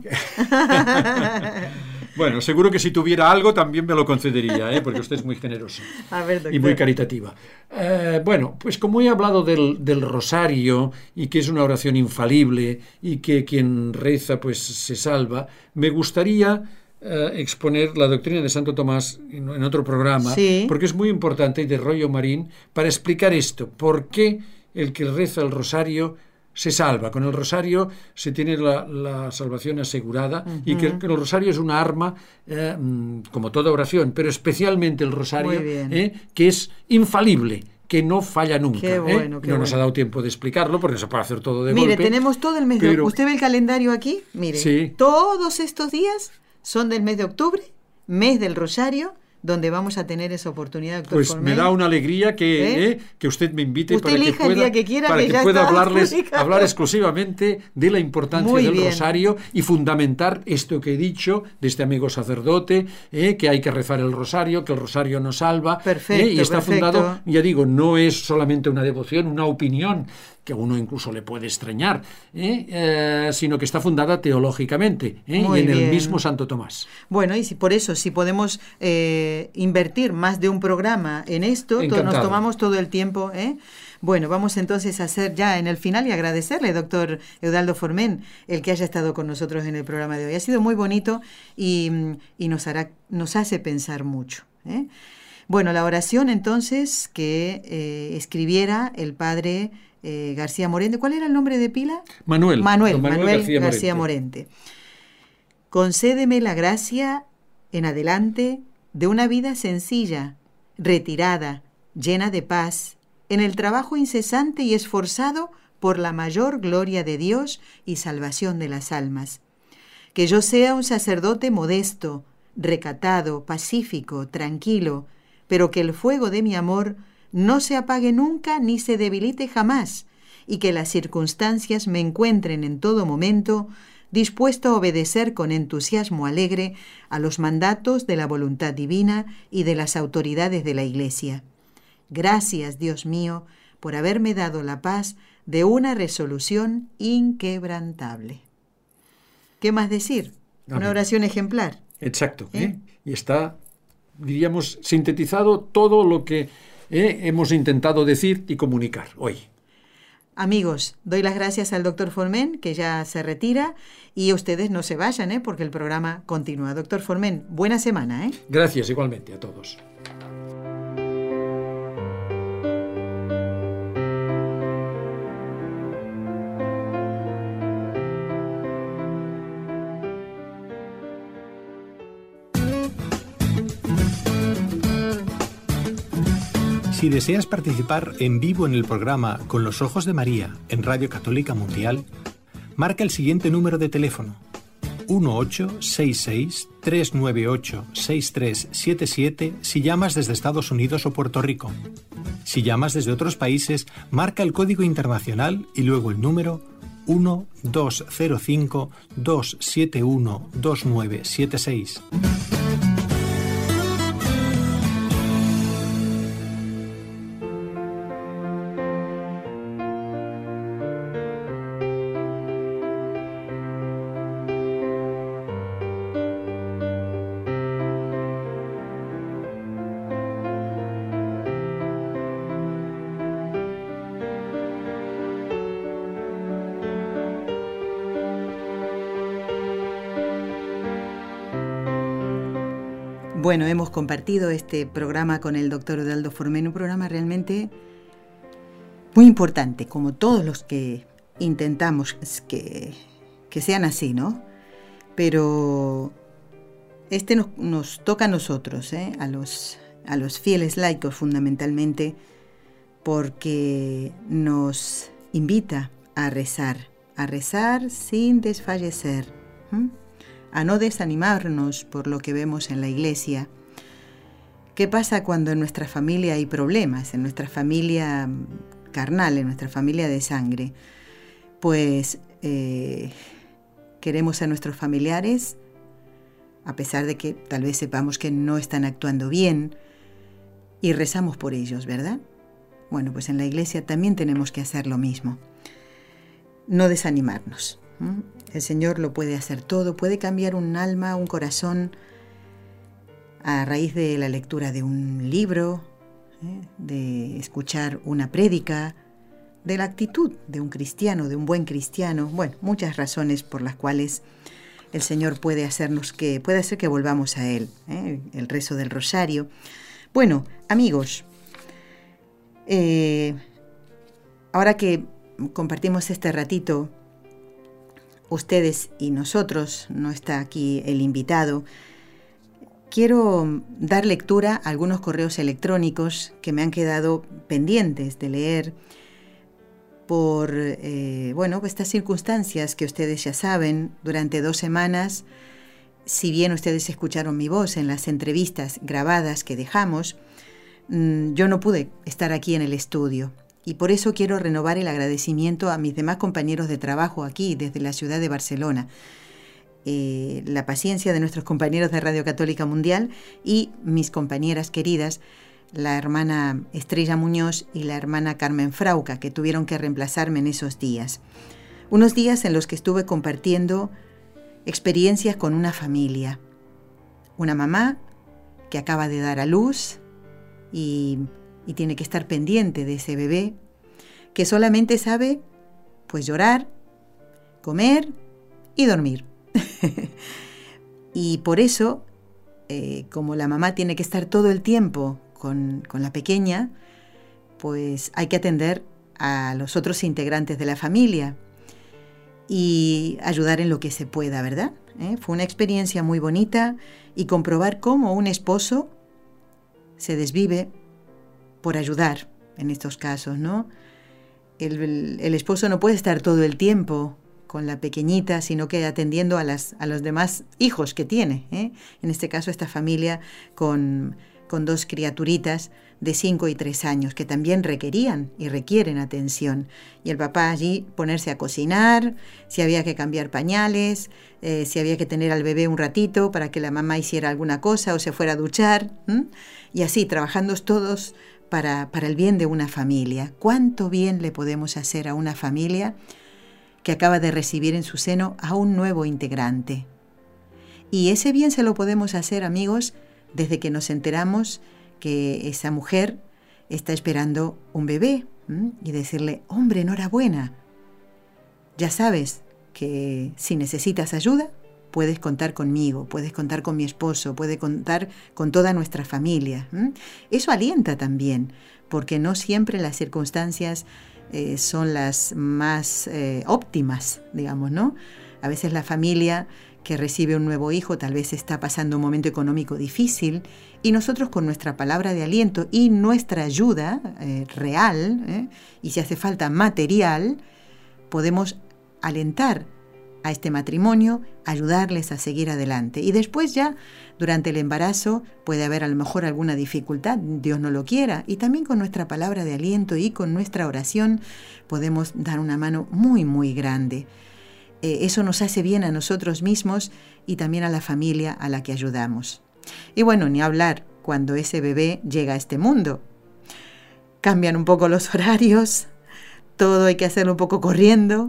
Bueno, seguro que si tuviera algo también me lo concedería, ¿eh? Porque usted es muy generoso a ver, doctor. Y muy caritativa. Eh, bueno, pues como he hablado del, del rosario y que es una oración infalible y que quien reza pues se salva, me gustaría eh, exponer la doctrina de Santo Tomás en, en otro programa, sí. porque es muy importante, de Rollo Marín, para explicar esto, por qué el que reza el rosario se salva. Con el rosario se tiene la, la salvación asegurada, uh-huh. y que, que el rosario es una arma, eh, como toda oración, pero especialmente el rosario, eh, que es infalible, que no falla nunca. Qué bueno, ¿eh? qué no bueno. nos ha dado tiempo de explicarlo porque se puede hacer todo de Mire, golpe. Mire, tenemos todo el mes pero... de octubre. ¿Usted ve el calendario aquí? Mire, sí. todos estos días son del mes de octubre, mes del rosario, donde vamos a tener esa oportunidad, doctor Pues Formen. me da una alegría que, ¿Eh? eh, que usted me invite Usted para que elija el pueda, día que quiera, para que que ya pueda está hablarles, publicado. hablar exclusivamente de la importancia Muy del bien. rosario y fundamentar esto que he dicho de este amigo sacerdote, eh, que hay que rezar el rosario, que el rosario nos salva. Perfecto, eh, y está perfecto. fundado, ya digo, no es solamente una devoción, una opinión que a uno incluso le puede extrañar, eh, eh, sino que está fundada teológicamente, eh, Muy y en bien. el mismo Santo Tomás. Bueno, y si por eso, si podemos eh, invertir más de un programa en esto, to- nos Encantado. tomamos todo el tiempo, ¿eh? Bueno, vamos entonces a hacer ya en el final y agradecerle, doctor Eudaldo Formen, el que haya estado con nosotros en el programa de hoy. Ha sido muy bonito y, y nos hará, nos hace pensar mucho, ¿eh? Bueno, la oración entonces que eh, escribiera el padre eh, García Morente. ¿Cuál era el nombre de pila? Manuel. Manuel, don Manuel Manuel García García, Morente. Morente. Concédeme la gracia en adelante de una vida sencilla, retirada, llena de paz, en el trabajo incesante y esforzado por la mayor gloria de Dios y salvación de las almas. Que yo sea un sacerdote modesto, recatado, pacífico, tranquilo, pero que el fuego de mi amor no se apague nunca ni se debilite jamás, y que las circunstancias me encuentren en todo momento dispuesto a obedecer con entusiasmo alegre a los mandatos de la voluntad divina y de las autoridades de la Iglesia. Gracias, Dios mío, por haberme dado la paz de una resolución inquebrantable. ¿Qué más decir? Una Amén. oración ejemplar. Exacto. ¿Eh? ¿eh? Y está, diríamos, sintetizado todo lo que eh, hemos intentado decir y comunicar hoy. Amigos, doy las gracias al doctor Formen, que ya se retira, y ustedes no se vayan, ¿eh? Porque el programa continúa. Doctor Formen, buena semana, ¿eh? Gracias igualmente a todos. Si deseas participar en vivo en el programa Con los Ojos de María en Radio Católica Mundial, marca el siguiente número de teléfono: uno ocho seis seis, tres nueve ocho, seis tres siete siete si llamas desde Estados Unidos o Puerto Rico. Si llamas desde otros países, marca el código internacional y luego el número uno dos cero cinco, dos siete uno, dos nueve siete seis. Bueno, hemos compartido este programa con el doctor Eudaldo Formen, un programa realmente muy importante, como todos los que intentamos que, que sean así, ¿no? Pero este nos, nos toca a nosotros, ¿eh? a, los, a los fieles laicos fundamentalmente, porque nos invita a rezar, a rezar sin desfallecer, ¿m? A no desanimarnos por lo que vemos en la iglesia. ¿Qué pasa cuando en nuestra familia hay problemas, en nuestra familia carnal, en nuestra familia de sangre? Pues eh, queremos a nuestros familiares, a pesar de que tal vez sepamos que no están actuando bien, y rezamos por ellos, ¿verdad? Bueno, pues en la iglesia también tenemos que hacer lo mismo. No desanimarnos. ¿Mm? El Señor lo puede hacer todo, puede cambiar un alma, un corazón, a raíz de la lectura de un libro, ¿eh? de escuchar una prédica, de la actitud de un cristiano, de un buen cristiano. Bueno, muchas razones por las cuales el Señor puede hacernos que, puede hacer que volvamos a Él, ¿eh? El rezo del rosario. Bueno, amigos, eh, ahora que compartimos este ratito, ustedes y nosotros, no está aquí el invitado, quiero dar lectura a algunos correos electrónicos que me han quedado pendientes de leer por, eh, bueno, estas circunstancias que ustedes ya saben. Durante dos semanas si bien ustedes escucharon mi voz en las entrevistas grabadas que dejamos, yo no pude estar aquí en el estudio. Y por eso quiero renovar el agradecimiento a mis demás compañeros de trabajo aquí, desde la ciudad de Barcelona. Eh, la paciencia de nuestros compañeros de Radio Católica Mundial y mis compañeras queridas, la hermana Estrella Muñoz y la hermana Carmen Frauca, que tuvieron que reemplazarme en esos días. Unos días en los que estuve compartiendo experiencias con una familia. Una mamá que acaba de dar a luz y, y tiene que estar pendiente de ese bebé, que solamente sabe, pues, llorar, comer y dormir. Y por eso, eh, como la mamá tiene que estar todo el tiempo con, con la pequeña, pues hay que atender a los otros integrantes de la familia y ayudar en lo que se pueda, ¿verdad? ¿Eh? Fue una experiencia muy bonita, y comprobar cómo un esposo se desvive por ayudar en estos casos, ¿no? El, el, el esposo no puede estar todo el tiempo con la pequeñita, sino que atendiendo a, las, a los demás hijos que tiene, ¿eh? En este caso, esta familia con, con dos criaturitas de cinco y tres años, que también requerían y requieren atención. Y el papá allí ponerse a cocinar, si había que cambiar pañales, eh, si había que tener al bebé un ratito para que la mamá hiciera alguna cosa o se fuera a duchar, ¿m? Y así, trabajando todos para, para el bien de una familia. ¿Cuánto bien le podemos hacer a una familia que acaba de recibir en su seno a un nuevo integrante? Y ese bien se lo podemos hacer, amigos, desde que nos enteramos que esa mujer está esperando un bebé, ¿m? Y decirle: hombre, enhorabuena, ya sabes que si necesitas ayuda, puedes contar conmigo, puedes contar con mi esposo, puedes contar con toda nuestra familia. ¿m? Eso alienta también, porque no siempre las circunstancias eh, son las más eh, óptimas, digamos, ¿no? A veces la familia que recibe un nuevo hijo tal vez está pasando un momento económico difícil, y nosotros, con nuestra palabra de aliento y nuestra ayuda eh, real, eh, y si hace falta material, podemos alentar a este matrimonio, ayudarles a seguir adelante. Y después, ya durante el embarazo, puede haber a lo mejor alguna dificultad, Dios no lo quiera, y también con nuestra palabra de aliento y con nuestra oración podemos dar una mano muy, muy grande. Eh, eso nos hace bien a nosotros mismos y también a la familia a la que ayudamos. Y bueno, ni hablar cuando ese bebé llega a este mundo. Cambian un poco los horarios, todo hay que hacerlo un poco corriendo,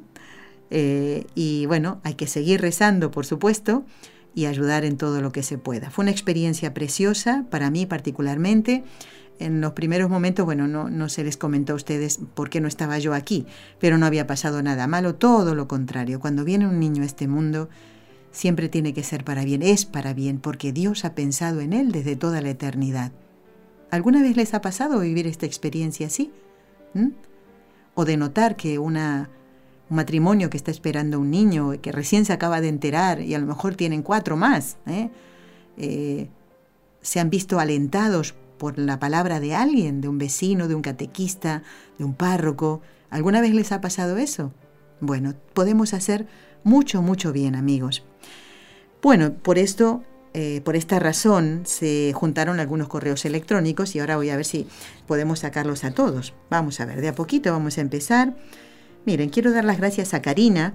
eh, y bueno, hay que seguir rezando, por supuesto, y ayudar en todo lo que se pueda. Fue una experiencia preciosa para mí particularmente. En los primeros momentos, bueno, no, no se les comentó a ustedes por qué no estaba yo aquí, pero no había pasado nada malo, todo lo contrario. Cuando viene un niño a este mundo, siempre tiene que ser para bien, es para bien, porque Dios ha pensado en él desde toda la eternidad. ¿Alguna vez les ha pasado vivir esta experiencia así? ¿Mm? O de notar que una, un matrimonio que está esperando un niño, que recién se acaba de enterar, y a lo mejor tienen cuatro más, ¿eh? Eh, se han visto alentados por la palabra de alguien, de un vecino, de un catequista, de un párroco. ¿Alguna vez les ha pasado eso? Bueno, podemos hacer mucho, mucho bien, amigos. Bueno, por esto, eh, por esta razón, se juntaron algunos correos electrónicos, y ahora voy a ver si podemos sacarlos a todos. Vamos a ver, de a poquito vamos a empezar. Miren, quiero dar las gracias a Karina,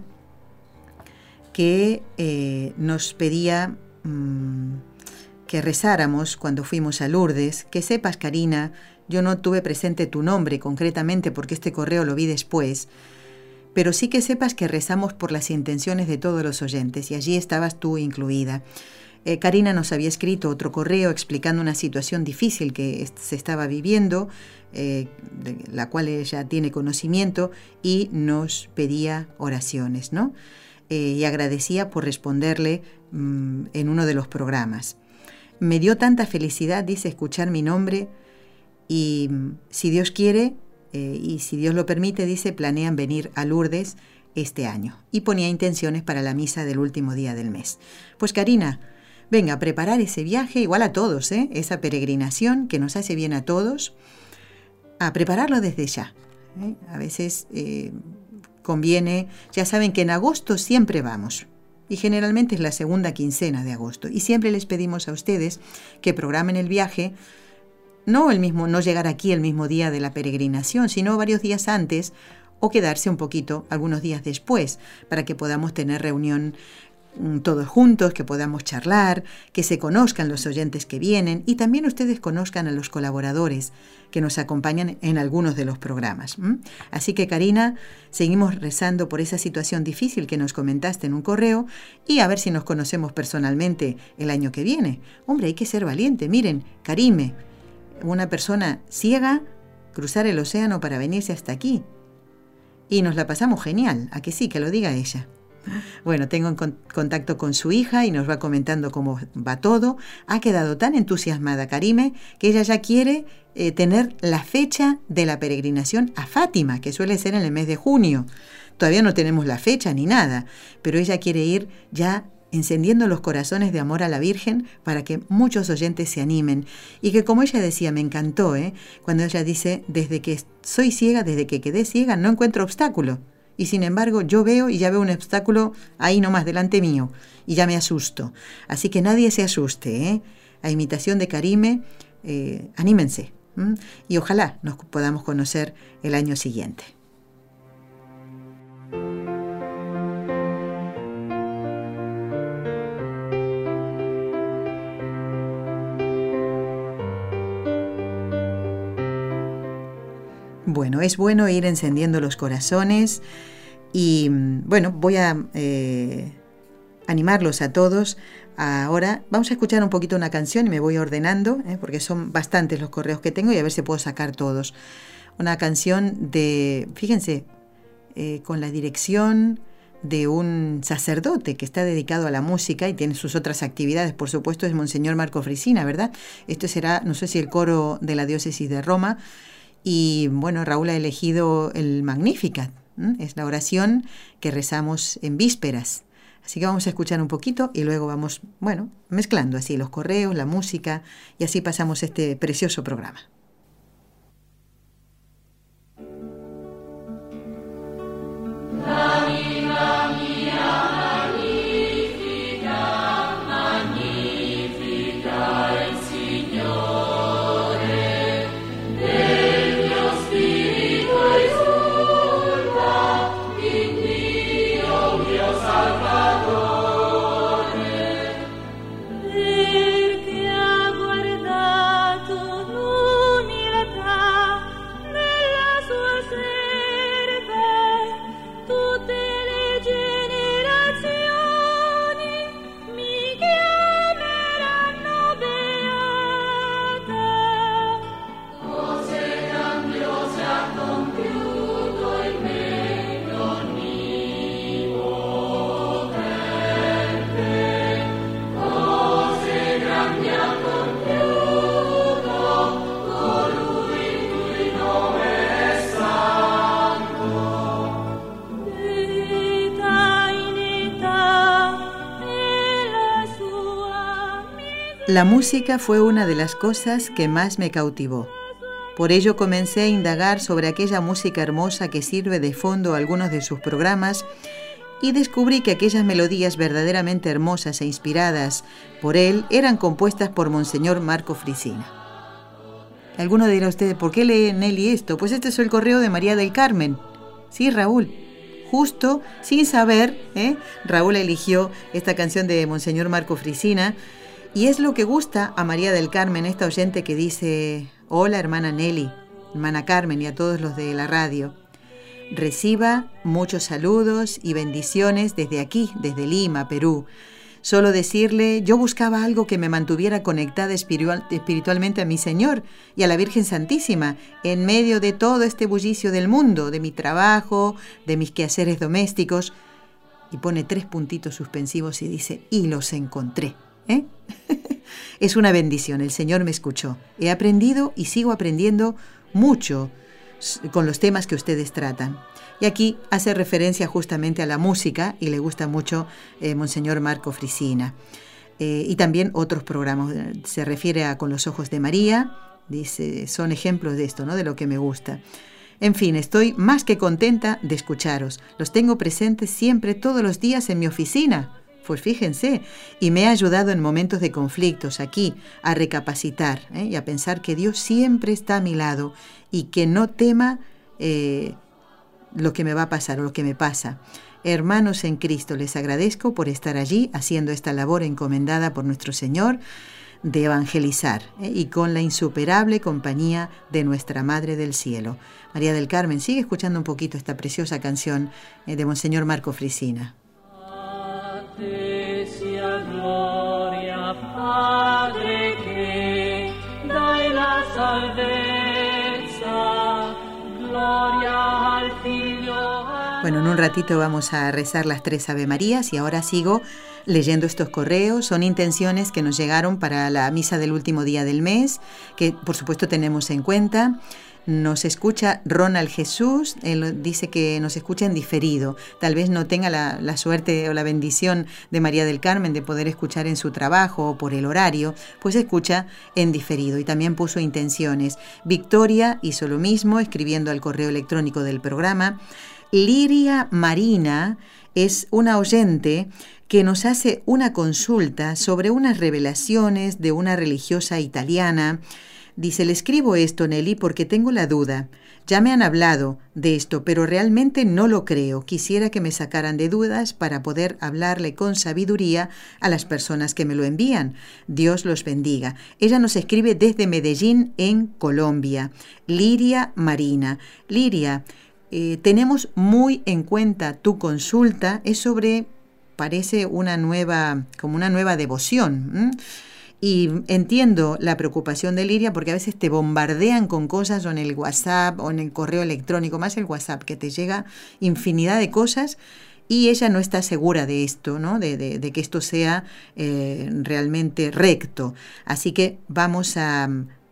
que eh, nos pedía mmm, que rezáramos cuando fuimos a Lourdes. Que sepas, Karina, yo no tuve presente tu nombre concretamente porque este correo lo vi después, pero sí que sepas que rezamos por las intenciones de todos los oyentes, y allí estabas tú incluida. Eh, Karina nos había escrito otro correo explicando una situación difícil que se estaba viviendo, eh, de la cual ella tiene conocimiento, y nos pedía oraciones, ¿no? Eh, y agradecía por responderle mmm, en uno de los programas. Me dio tanta felicidad, dice, escuchar mi nombre, y si Dios quiere, eh, y si Dios lo permite, dice, planean venir a Lourdes este año. Y ponía intenciones para la misa del último día del mes. Pues Karina, venga, a preparar ese viaje, igual a todos, ¿eh? Esa peregrinación que nos hace bien a todos, a prepararlo desde ya. ¿eh? A veces eh, conviene, ya saben que en agosto siempre vamos. y generalmente es la segunda quincena de agosto. Y siempre les pedimos a ustedes que programen el viaje, no el mismo, no llegar aquí el mismo día de la peregrinación, sino varios días antes o quedarse un poquito, algunos días después, para que podamos tener reunión todos juntos, que podamos charlar, que se conozcan los oyentes que vienen y también ustedes conozcan a los colaboradores que nos acompañan en algunos de los programas. ¿Mm? Así que, Karina, seguimos rezando por esa situación difícil que nos comentaste en un correo y a ver si nos conocemos personalmente el año que viene. Hombre, hay que ser valiente. Miren, Karime, una persona ciega, cruzar el océano para venirse hasta aquí. Y nos la pasamos genial, ¿a que sí? Que lo diga ella. Bueno, tengo en con- contacto con su hija y nos va comentando cómo va todo. Ha quedado tan entusiasmada Karime que ella ya quiere eh, tener la fecha de la peregrinación a Fátima, que suele ser en el mes de junio. Todavía no tenemos la fecha ni nada, pero ella quiere ir ya encendiendo los corazones de amor a la Virgen para que muchos oyentes se animen. Y que, como ella decía, me encantó, ¿eh? Cuando ella dice, desde que soy ciega, desde que quedé ciega, no encuentro obstáculo. Y sin embargo, yo veo y ya veo un obstáculo ahí nomás delante mío y ya me asusto. Así que nadie se asuste, ¿eh? A imitación de Karime, eh, anímense. ¿m? Y ojalá nos podamos conocer el año siguiente. Bueno, es bueno ir encendiendo los corazones y bueno, voy a eh, animarlos a todos. Ahora vamos a escuchar un poquito una canción y me voy ordenando, ¿eh? porque son bastantes los correos que tengo y a ver si puedo sacar todos. Una canción de, fíjense, eh, con la dirección de un sacerdote que está dedicado a la música y tiene sus otras actividades, por supuesto, es Monseñor Marco Frisina, ¿verdad? Esto será, no sé si el coro de la diócesis de Roma. Y bueno, Raúl ha elegido el Magnificat, ¿eh? Es la oración que rezamos en vísperas. Así que vamos a escuchar un poquito y luego vamos, bueno, mezclando así los correos, la música y así pasamos este precioso programa. La música fue una de las cosas que más me cautivó. Por ello comencé a indagar sobre aquella música hermosa que sirve de fondo a algunos de sus programas y descubrí que aquellas melodías verdaderamente hermosas e inspiradas por él eran compuestas por Monseñor Marco Frisina. Alguno dirá ustedes, ¿por qué lee Nelly esto? Pues este es el correo de María del Carmen. Sí, Raúl. Justo, sin saber, ¿eh? Raúl eligió esta canción de Monseñor Marco Frisina. Y es lo que gusta a María del Carmen, esta oyente que dice, hola hermana Nelly, hermana Carmen y a todos los de la radio. Reciba muchos saludos y bendiciones desde aquí, desde Lima, Perú. Solo decirle, yo buscaba algo que me mantuviera conectada espiritual, espiritualmente a mi Señor y a la Virgen Santísima, en medio de todo este bullicio del mundo, de mi trabajo, de mis quehaceres domésticos. Y pone tres puntitos suspensivos y dice, y los encontré. ¿Eh? Es una bendición, el Señor me escuchó. He aprendido y sigo aprendiendo mucho con los temas que ustedes tratan. Y aquí hace referencia justamente a la música y le gusta mucho eh, Monseñor Marco Frisina. Eh, y también otros programas. Se refiere a Con los Ojos de María, dice, son ejemplos de esto, ¿no? De lo que me gusta. En fin, estoy más que contenta de escucharos. Los tengo presentes siempre todos los días en mi oficina. Pues fíjense, y me ha ayudado en momentos de conflictos aquí a recapacitar, ¿eh? y a pensar que Dios siempre está a mi lado y que no tema eh, lo que me va a pasar o lo que me pasa. Hermanos en Cristo, les agradezco por estar allí haciendo esta labor encomendada por nuestro Señor de evangelizar, ¿eh? y con la insuperable compañía de nuestra Madre del Cielo. María del Carmen, sigue escuchando un poquito esta preciosa canción eh, de Monseñor Marco Frisina. Bueno, en un ratito vamos a rezar las tres Ave Marías y ahora sigo leyendo estos correos. Son intenciones que nos llegaron para la misa del último día del mes, que por supuesto tenemos en cuenta. Nos escucha Ronald Jesús, él dice que nos escucha en diferido. Tal vez no tenga la, la suerte o la bendición de María del Carmen de poder escuchar en su trabajo o por el horario, pues escucha en diferido. Y también puso intenciones. Victoria hizo lo mismo, escribiendo al correo electrónico del programa. Liria Marina es una oyente que nos hace una consulta sobre unas revelaciones de una religiosa italiana. Dice, le escribo esto, Nelly, porque tengo la duda. Ya me han hablado de esto, pero realmente no lo creo. Quisiera que me sacaran de dudas para poder hablarle con sabiduría a las personas que me lo envían. Dios los bendiga. Ella nos escribe desde Medellín, en Colombia. Liria Marina. Liria, eh, tenemos muy en cuenta tu consulta. Es sobre, parece una nueva, como una nueva devoción. ¿Mm? Y entiendo la preocupación de Liria porque a veces te bombardean con cosas o en el WhatsApp o en el correo electrónico, más el WhatsApp, que te llega infinidad de cosas y ella no está segura de esto, ¿no? de, de, de que esto sea eh, realmente recto. Así que vamos a,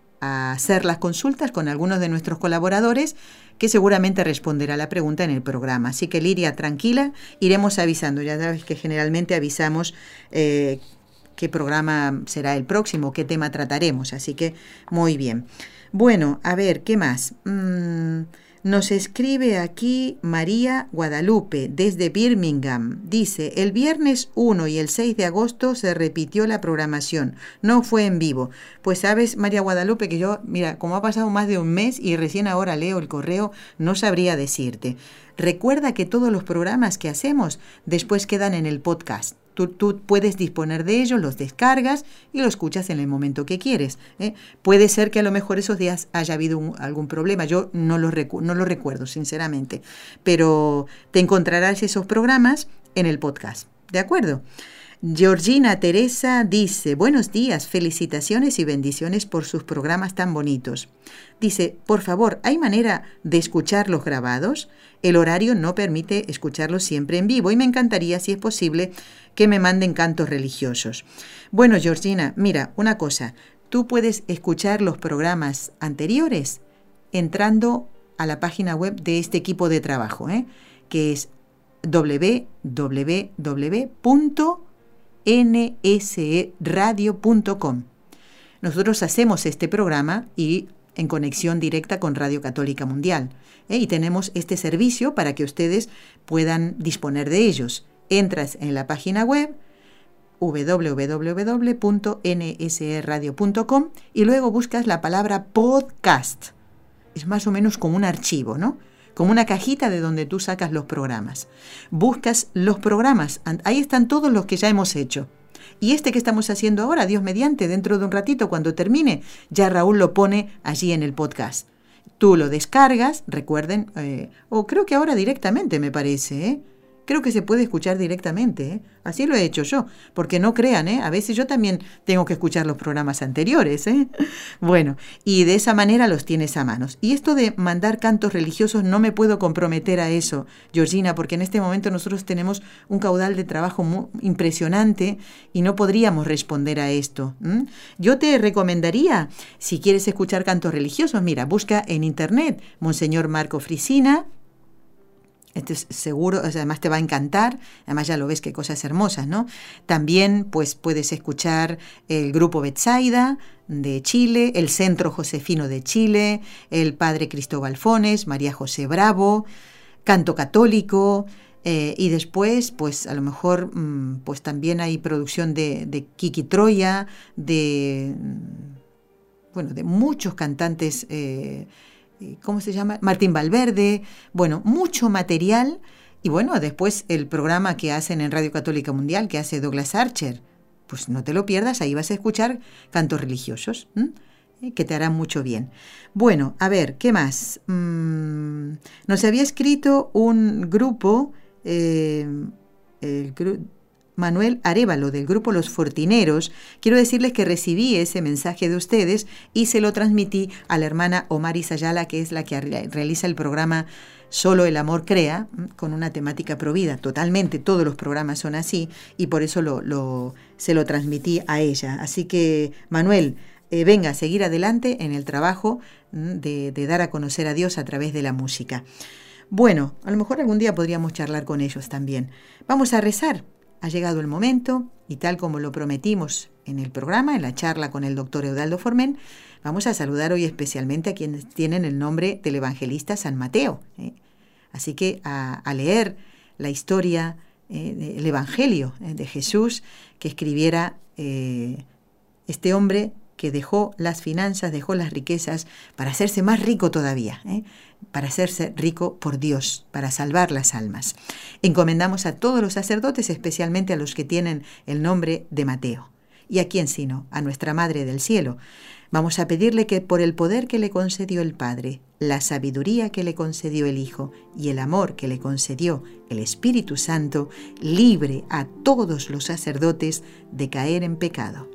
a hacer las consultas con algunos de nuestros colaboradores que seguramente responderá la pregunta en el programa. Así que Liria, tranquila, iremos avisando. Ya sabes que generalmente avisamos eh, qué programa será el próximo, qué tema trataremos, así que muy bien. Bueno, a ver, ¿qué más? Mm, nos escribe aquí María Guadalupe desde Birmingham. Dice, el viernes uno y el seis de agosto se repitió la programación, no fue en vivo. Pues sabes, María Guadalupe, que yo, mira, como ha pasado más de un mes y recién ahora leo el correo, no sabría decirte. Recuerda que todos los programas que hacemos después quedan en el podcast. Tú, tú puedes disponer de ellos, los descargas y los escuchas en el momento que quieres. ¿eh? Puede ser que a lo mejor esos días haya habido un, algún problema. Yo no lo, recu- no lo recuerdo, sinceramente. Pero te encontrarás esos programas en el podcast. ¿De acuerdo? Georgina Teresa dice, buenos días, felicitaciones y bendiciones por sus programas tan bonitos. Dice, por favor, ¿hay manera de escuchar los grabados? El horario no permite escucharlos siempre en vivo y me encantaría, si es posible, que me manden cantos religiosos. Bueno, Georgina, mira, una cosa, tú puedes escuchar los programas anteriores entrando a la página web de este equipo de trabajo, ¿eh? que es doble u doble u doble u punto n s e radio punto com. Nosotros hacemos este programa y en conexión directa con Radio Católica Mundial, ¿eh? y tenemos este servicio para que ustedes puedan disponer de ellos. Entras en la página web doble u doble u doble u punto n s e radio punto com y luego buscas la palabra podcast. Es más o menos como un archivo, ¿no? Como una cajita de donde tú sacas los programas. Buscas los programas, ahí están todos los que ya hemos hecho. Y este que estamos haciendo ahora, Dios mediante, dentro de un ratito, cuando termine, ya Raúl lo pone allí en el podcast. Tú lo descargas, recuerden, eh, o creo que ahora directamente me parece, ¿eh? Creo que se puede escuchar directamente, ¿eh? Así lo he hecho yo, porque no crean, ¿eh? A veces yo también tengo que escuchar los programas anteriores, ¿eh? Bueno, y de esa manera los tienes a manos. Y esto de mandar cantos religiosos no me puedo comprometer a eso, Georgina, porque en este momento nosotros tenemos un caudal de trabajo muy impresionante y no podríamos responder a esto. ¿Mm? Yo te recomendaría, si quieres escuchar cantos religiosos, mira, busca en internet Monseñor Marco Frisina. Esto es seguro, o sea, además te va a encantar, además ya lo ves, qué cosas hermosas, ¿no? También pues puedes escuchar el Grupo Betsaida de Chile, el Centro Josefino de Chile, el Padre Cristóbal Fones, María José Bravo, Canto Católico, Eh, y después, pues a lo mejor, mmm, pues también hay producción de, de Kiki Troya, de, bueno, de muchos cantantes, eh, ¿cómo se llama? Martín Valverde, bueno, mucho material. Y bueno, después el programa que hacen en Radio Católica Mundial, que hace Douglas Archer, pues no te lo pierdas, ahí vas a escuchar cantos religiosos, ¿m? que te harán mucho bien. Bueno, a ver, ¿qué más? Mm, nos había escrito un grupo, eh, el gru- Manuel Arévalo, del grupo Los Fortineros. Quiero decirles que recibí ese mensaje de ustedes y se lo transmití a la hermana Omaris Ayala, que es la que re- realiza el programa Solo el Amor Crea, con una temática provida. Totalmente, todos los programas son así, y por eso lo, lo, se lo transmití a ella. Así que, Manuel, Eh, venga a seguir adelante en el trabajo de, de dar a conocer a Dios a través de la música. Bueno, a lo mejor algún día podríamos charlar con ellos también. Vamos a rezar. Ha llegado el momento y tal como lo prometimos en el programa, en la charla con el doctor Eudaldo Formen, vamos a saludar hoy especialmente a quienes tienen el nombre del evangelista San Mateo. ¿eh? Así que a, a leer la historia, eh, del Evangelio eh, de Jesús que escribiera eh, este hombre que dejó las finanzas, dejó las riquezas para hacerse más rico todavía, ¿eh? para hacerse rico por Dios, para salvar las almas. Encomendamos a todos los sacerdotes, especialmente a los que tienen el nombre de Mateo. ¿Y a quién sino? A nuestra Madre del Cielo. Vamos a pedirle que por el poder que le concedió el Padre, la sabiduría que le concedió el Hijo y el amor que le concedió el Espíritu Santo, libre a todos los sacerdotes de caer en pecado.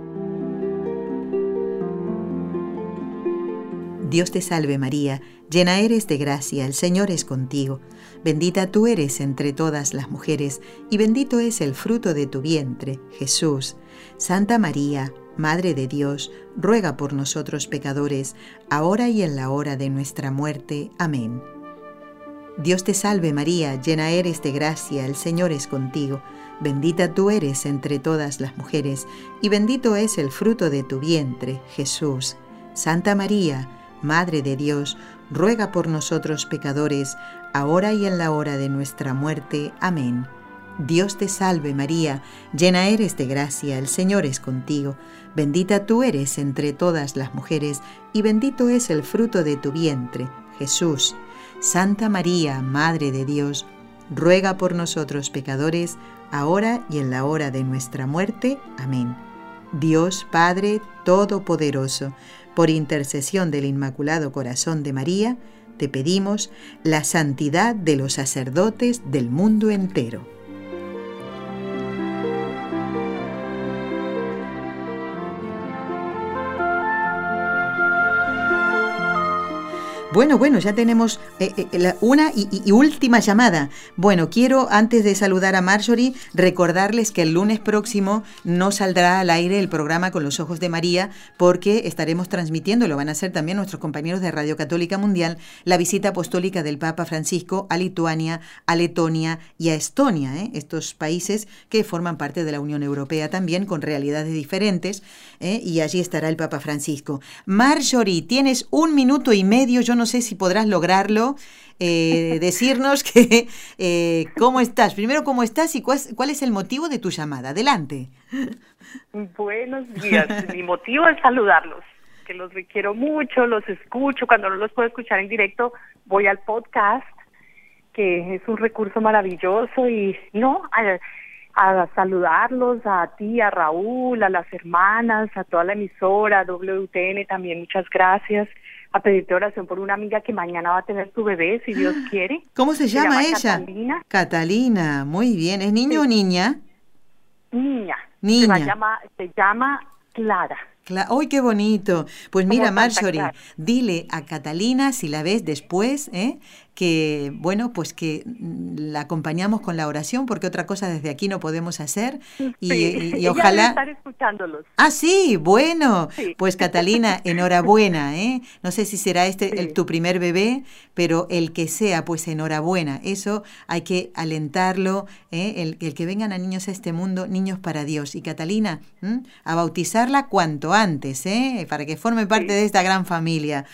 Dios te salve María, llena eres de gracia, el Señor es contigo. Bendita tú eres entre todas las mujeres, y bendito es el fruto de tu vientre, Jesús. Santa María, Madre de Dios, ruega por nosotros pecadores, ahora y en la hora de nuestra muerte. Amén. Dios te salve María, llena eres de gracia, el Señor es contigo. Bendita tú eres entre todas las mujeres, y bendito es el fruto de tu vientre, Jesús. Santa María, Madre de Dios, ruega por nosotros pecadores, ahora y en la hora de nuestra muerte. Amén. Dios te salve María, llena eres de gracia, el Señor es contigo. Bendita tú eres entre todas las mujeres, y bendito es el fruto de tu vientre, Jesús. Santa María, Madre de Dios, ruega por nosotros pecadores, ahora y en la hora de nuestra muerte. Amén. Dios Padre Todopoderoso, por intercesión del Inmaculado Corazón de María, te pedimos la santidad de los sacerdotes del mundo entero. Bueno, bueno, ya tenemos eh, eh, la, una y, y, y última llamada. Bueno, quiero, antes de saludar a Marjorie, recordarles que el lunes próximo no saldrá al aire el programa Con los Ojos de María, porque estaremos transmitiendo, lo van a hacer también nuestros compañeros de Radio Católica Mundial, la visita apostólica del Papa Francisco a Lituania, a Letonia y a Estonia, ¿eh? estos países que forman parte de la Unión Europea también, con realidades diferentes, ¿eh? y allí estará el Papa Francisco. Marjorie, tienes un minuto y medio, yo no sé si podrás lograrlo, eh, decirnos que eh, cómo estás. Primero, ¿cómo estás y cuál, cuál es el motivo de tu llamada? Adelante. Buenos días. Mi motivo es saludarlos, que los requiero mucho, los escucho. Cuando no los puedo escuchar en directo, voy al podcast, que es un recurso maravilloso, y no, a, a saludarlos, a ti, a Raúl, a las hermanas, a toda la emisora, W T N también, muchas gracias. A pedirte oración por una amiga que mañana va a tener su bebé, si Dios quiere. ¿Cómo se, se llama, llama ella? Catalina. Catalina, muy bien. ¿Es niño sí. o niña? Niña. Niña. Se llama, se llama Clara. ¡Ay, qué bonito! Pues mira, Marjorie, dile a Catalina, si la ves después, ¿eh? que, bueno, pues que la acompañamos con la oración, porque otra cosa desde aquí no podemos hacer. Y, sí. y, y ojalá... Ella debe estar escuchándolos. Ah, sí, bueno. Sí. Pues Catalina, enhorabuena, ¿eh? No sé si será este sí. el, tu primer bebé, pero el que sea, pues enhorabuena. Eso hay que alentarlo, ¿eh? el, el que vengan a niños a este mundo, niños para Dios. Y Catalina, ¿m? a bautizarla cuanto antes, ¿eh? para que forme parte sí. de esta gran familia.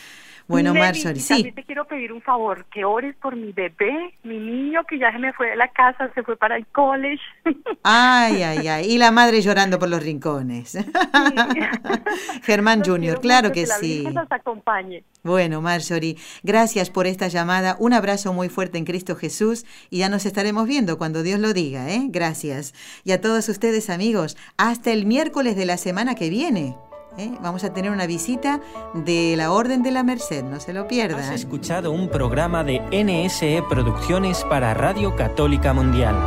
Bueno, Nelly, Marjorie, y sí. también te quiero pedir un favor, que ores por mi bebé, mi niño que ya se me fue de la casa, se fue para el college. Ay, ay, ay. Y la madre llorando por los rincones. Sí. Germán Los Junior, quiero claro mucho, que que la sí. Virgen los acompañe. Bueno, Marjorie, gracias por esta llamada. Un abrazo muy fuerte en Cristo Jesús y ya nos estaremos viendo cuando Dios lo diga, ¿eh? Gracias. Y a todos ustedes, amigos, hasta el miércoles de la semana que viene. ¿eh? Vamos a tener una visita de la Orden de la Merced, no se lo pierdan. Has escuchado un programa de N S E Producciones para Radio Católica Mundial.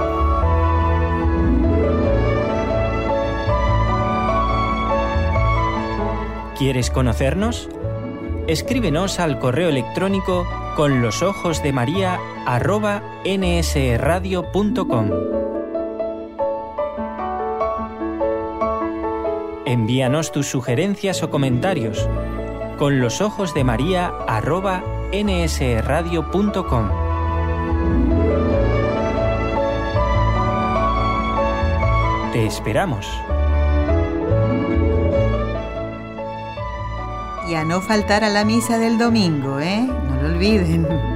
¿Quieres conocernos? Escríbenos al correo electrónico con los ojos de María arroba nsradio punto com. Envíanos tus sugerencias o comentarios con los ojos de María arroba nsradio punto com. Te esperamos. Y a no faltar a la misa del domingo, ¿eh? No lo olviden.